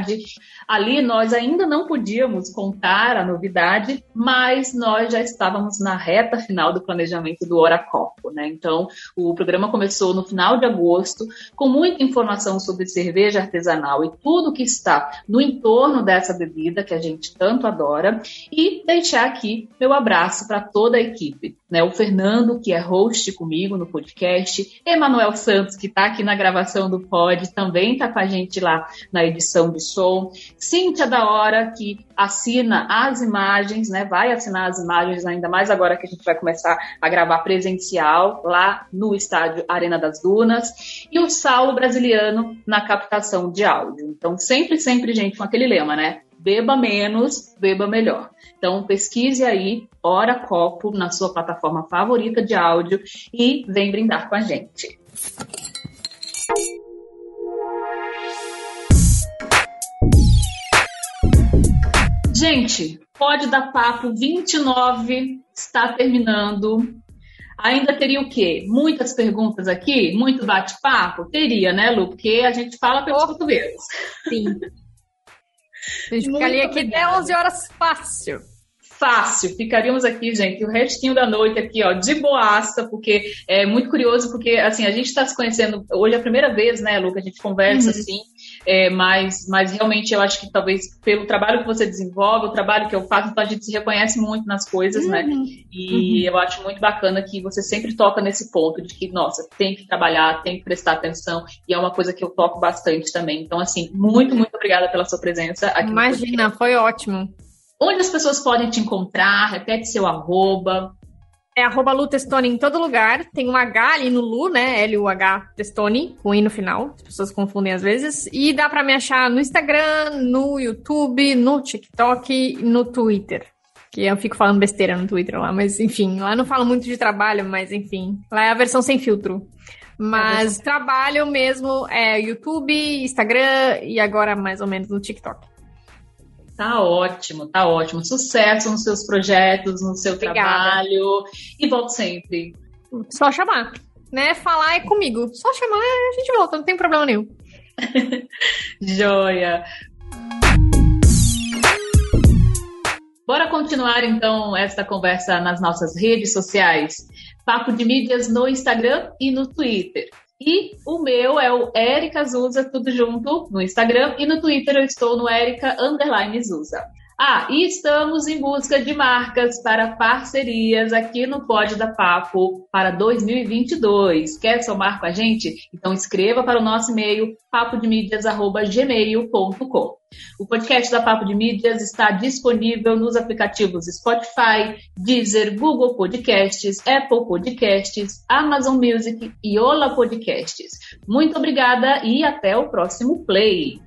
ali nós ainda não podíamos contar a novidade, mas nós já estávamos na reta final do planejamento do Hora Copo, né? Então, o programa começou no final de agosto, com muita informação sobre cerveja artesanal e tudo que está no entorno dessa bebida que a gente tanto adora, e deixar aqui meu abraço para toda a equipe, né? O Fernando, que é host comigo no podcast, Emanuel Santos, que está aqui na gravação do pod, também está com a gente lá na edição de som, Cíntia da Hora, que assina as imagens, né? Vai assinar as imagens, ainda mais agora que a gente vai começar a gravar presencial lá no estádio Arena das Dunas, e o Saulo Brasiliano na captação de áudio. Então, sempre, gente, com aquele lema, né? Beba menos, beba melhor. Então, pesquise aí Hora Copo na sua plataforma favorita de áudio e vem brindar com a gente. Gente, Pode Dar Papo 29 está terminando. Ainda teria o quê? Muitas perguntas aqui? Muito bate-papo? Teria, né, Lu? Porque a gente fala pelos cotovelos. Sim. A gente ficaria aqui até 11 horas fácil. Fácil. Ficaríamos aqui, gente, o restinho da noite aqui, ó, de boaça, porque é muito curioso, porque, assim, a gente está se conhecendo, hoje é a primeira vez, né, Lu, que a gente conversa, assim, mas realmente eu acho que talvez pelo trabalho que você desenvolve, o trabalho que eu faço, então a gente se reconhece muito nas coisas, né, e eu acho muito bacana que você sempre toca nesse ponto de que, nossa, tem que trabalhar, tem que prestar atenção, e é uma coisa que eu toco bastante também. Então, assim, muito obrigada pela sua presença aqui. Imagina, foi ótimo. Onde as pessoas podem te encontrar? Repete seu arroba. É @Lu Testoni em todo lugar. Tem um H ali no Lu, né? L-U-H Testoni, com I no final. As pessoas confundem às vezes. E dá pra me achar no Instagram, no YouTube, no TikTok e no Twitter. Que eu fico falando besteira no Twitter lá, mas enfim. Lá eu não falo muito de trabalho, mas enfim. Lá é a versão sem filtro. Mas trabalho mesmo é YouTube, Instagram e agora mais ou menos no TikTok. Tá ótimo, tá ótimo. Sucesso nos seus projetos, no seu trabalho. E volte sempre. Só chamar, né? Falar é comigo. Só chamar e a gente volta, não tem problema nenhum. Joia. Bora continuar, então, esta conversa nas nossas redes sociais. Papo de Mídias no Instagram e no Twitter. E o meu é o Érica Zusa, tudo junto, no Instagram. E no Twitter eu estou no Érica_Zusa. E estamos em busca de marcas para parcerias aqui no Pode Dar Papo para 2022. Quer somar com a gente? Então escreva para o nosso e-mail papodemídias@gmail.com. O podcast da Papo de Mídias está disponível nos aplicativos Spotify, Deezer, Google Podcasts, Apple Podcasts, Amazon Music e Ola Podcasts. Muito obrigada e até o próximo play!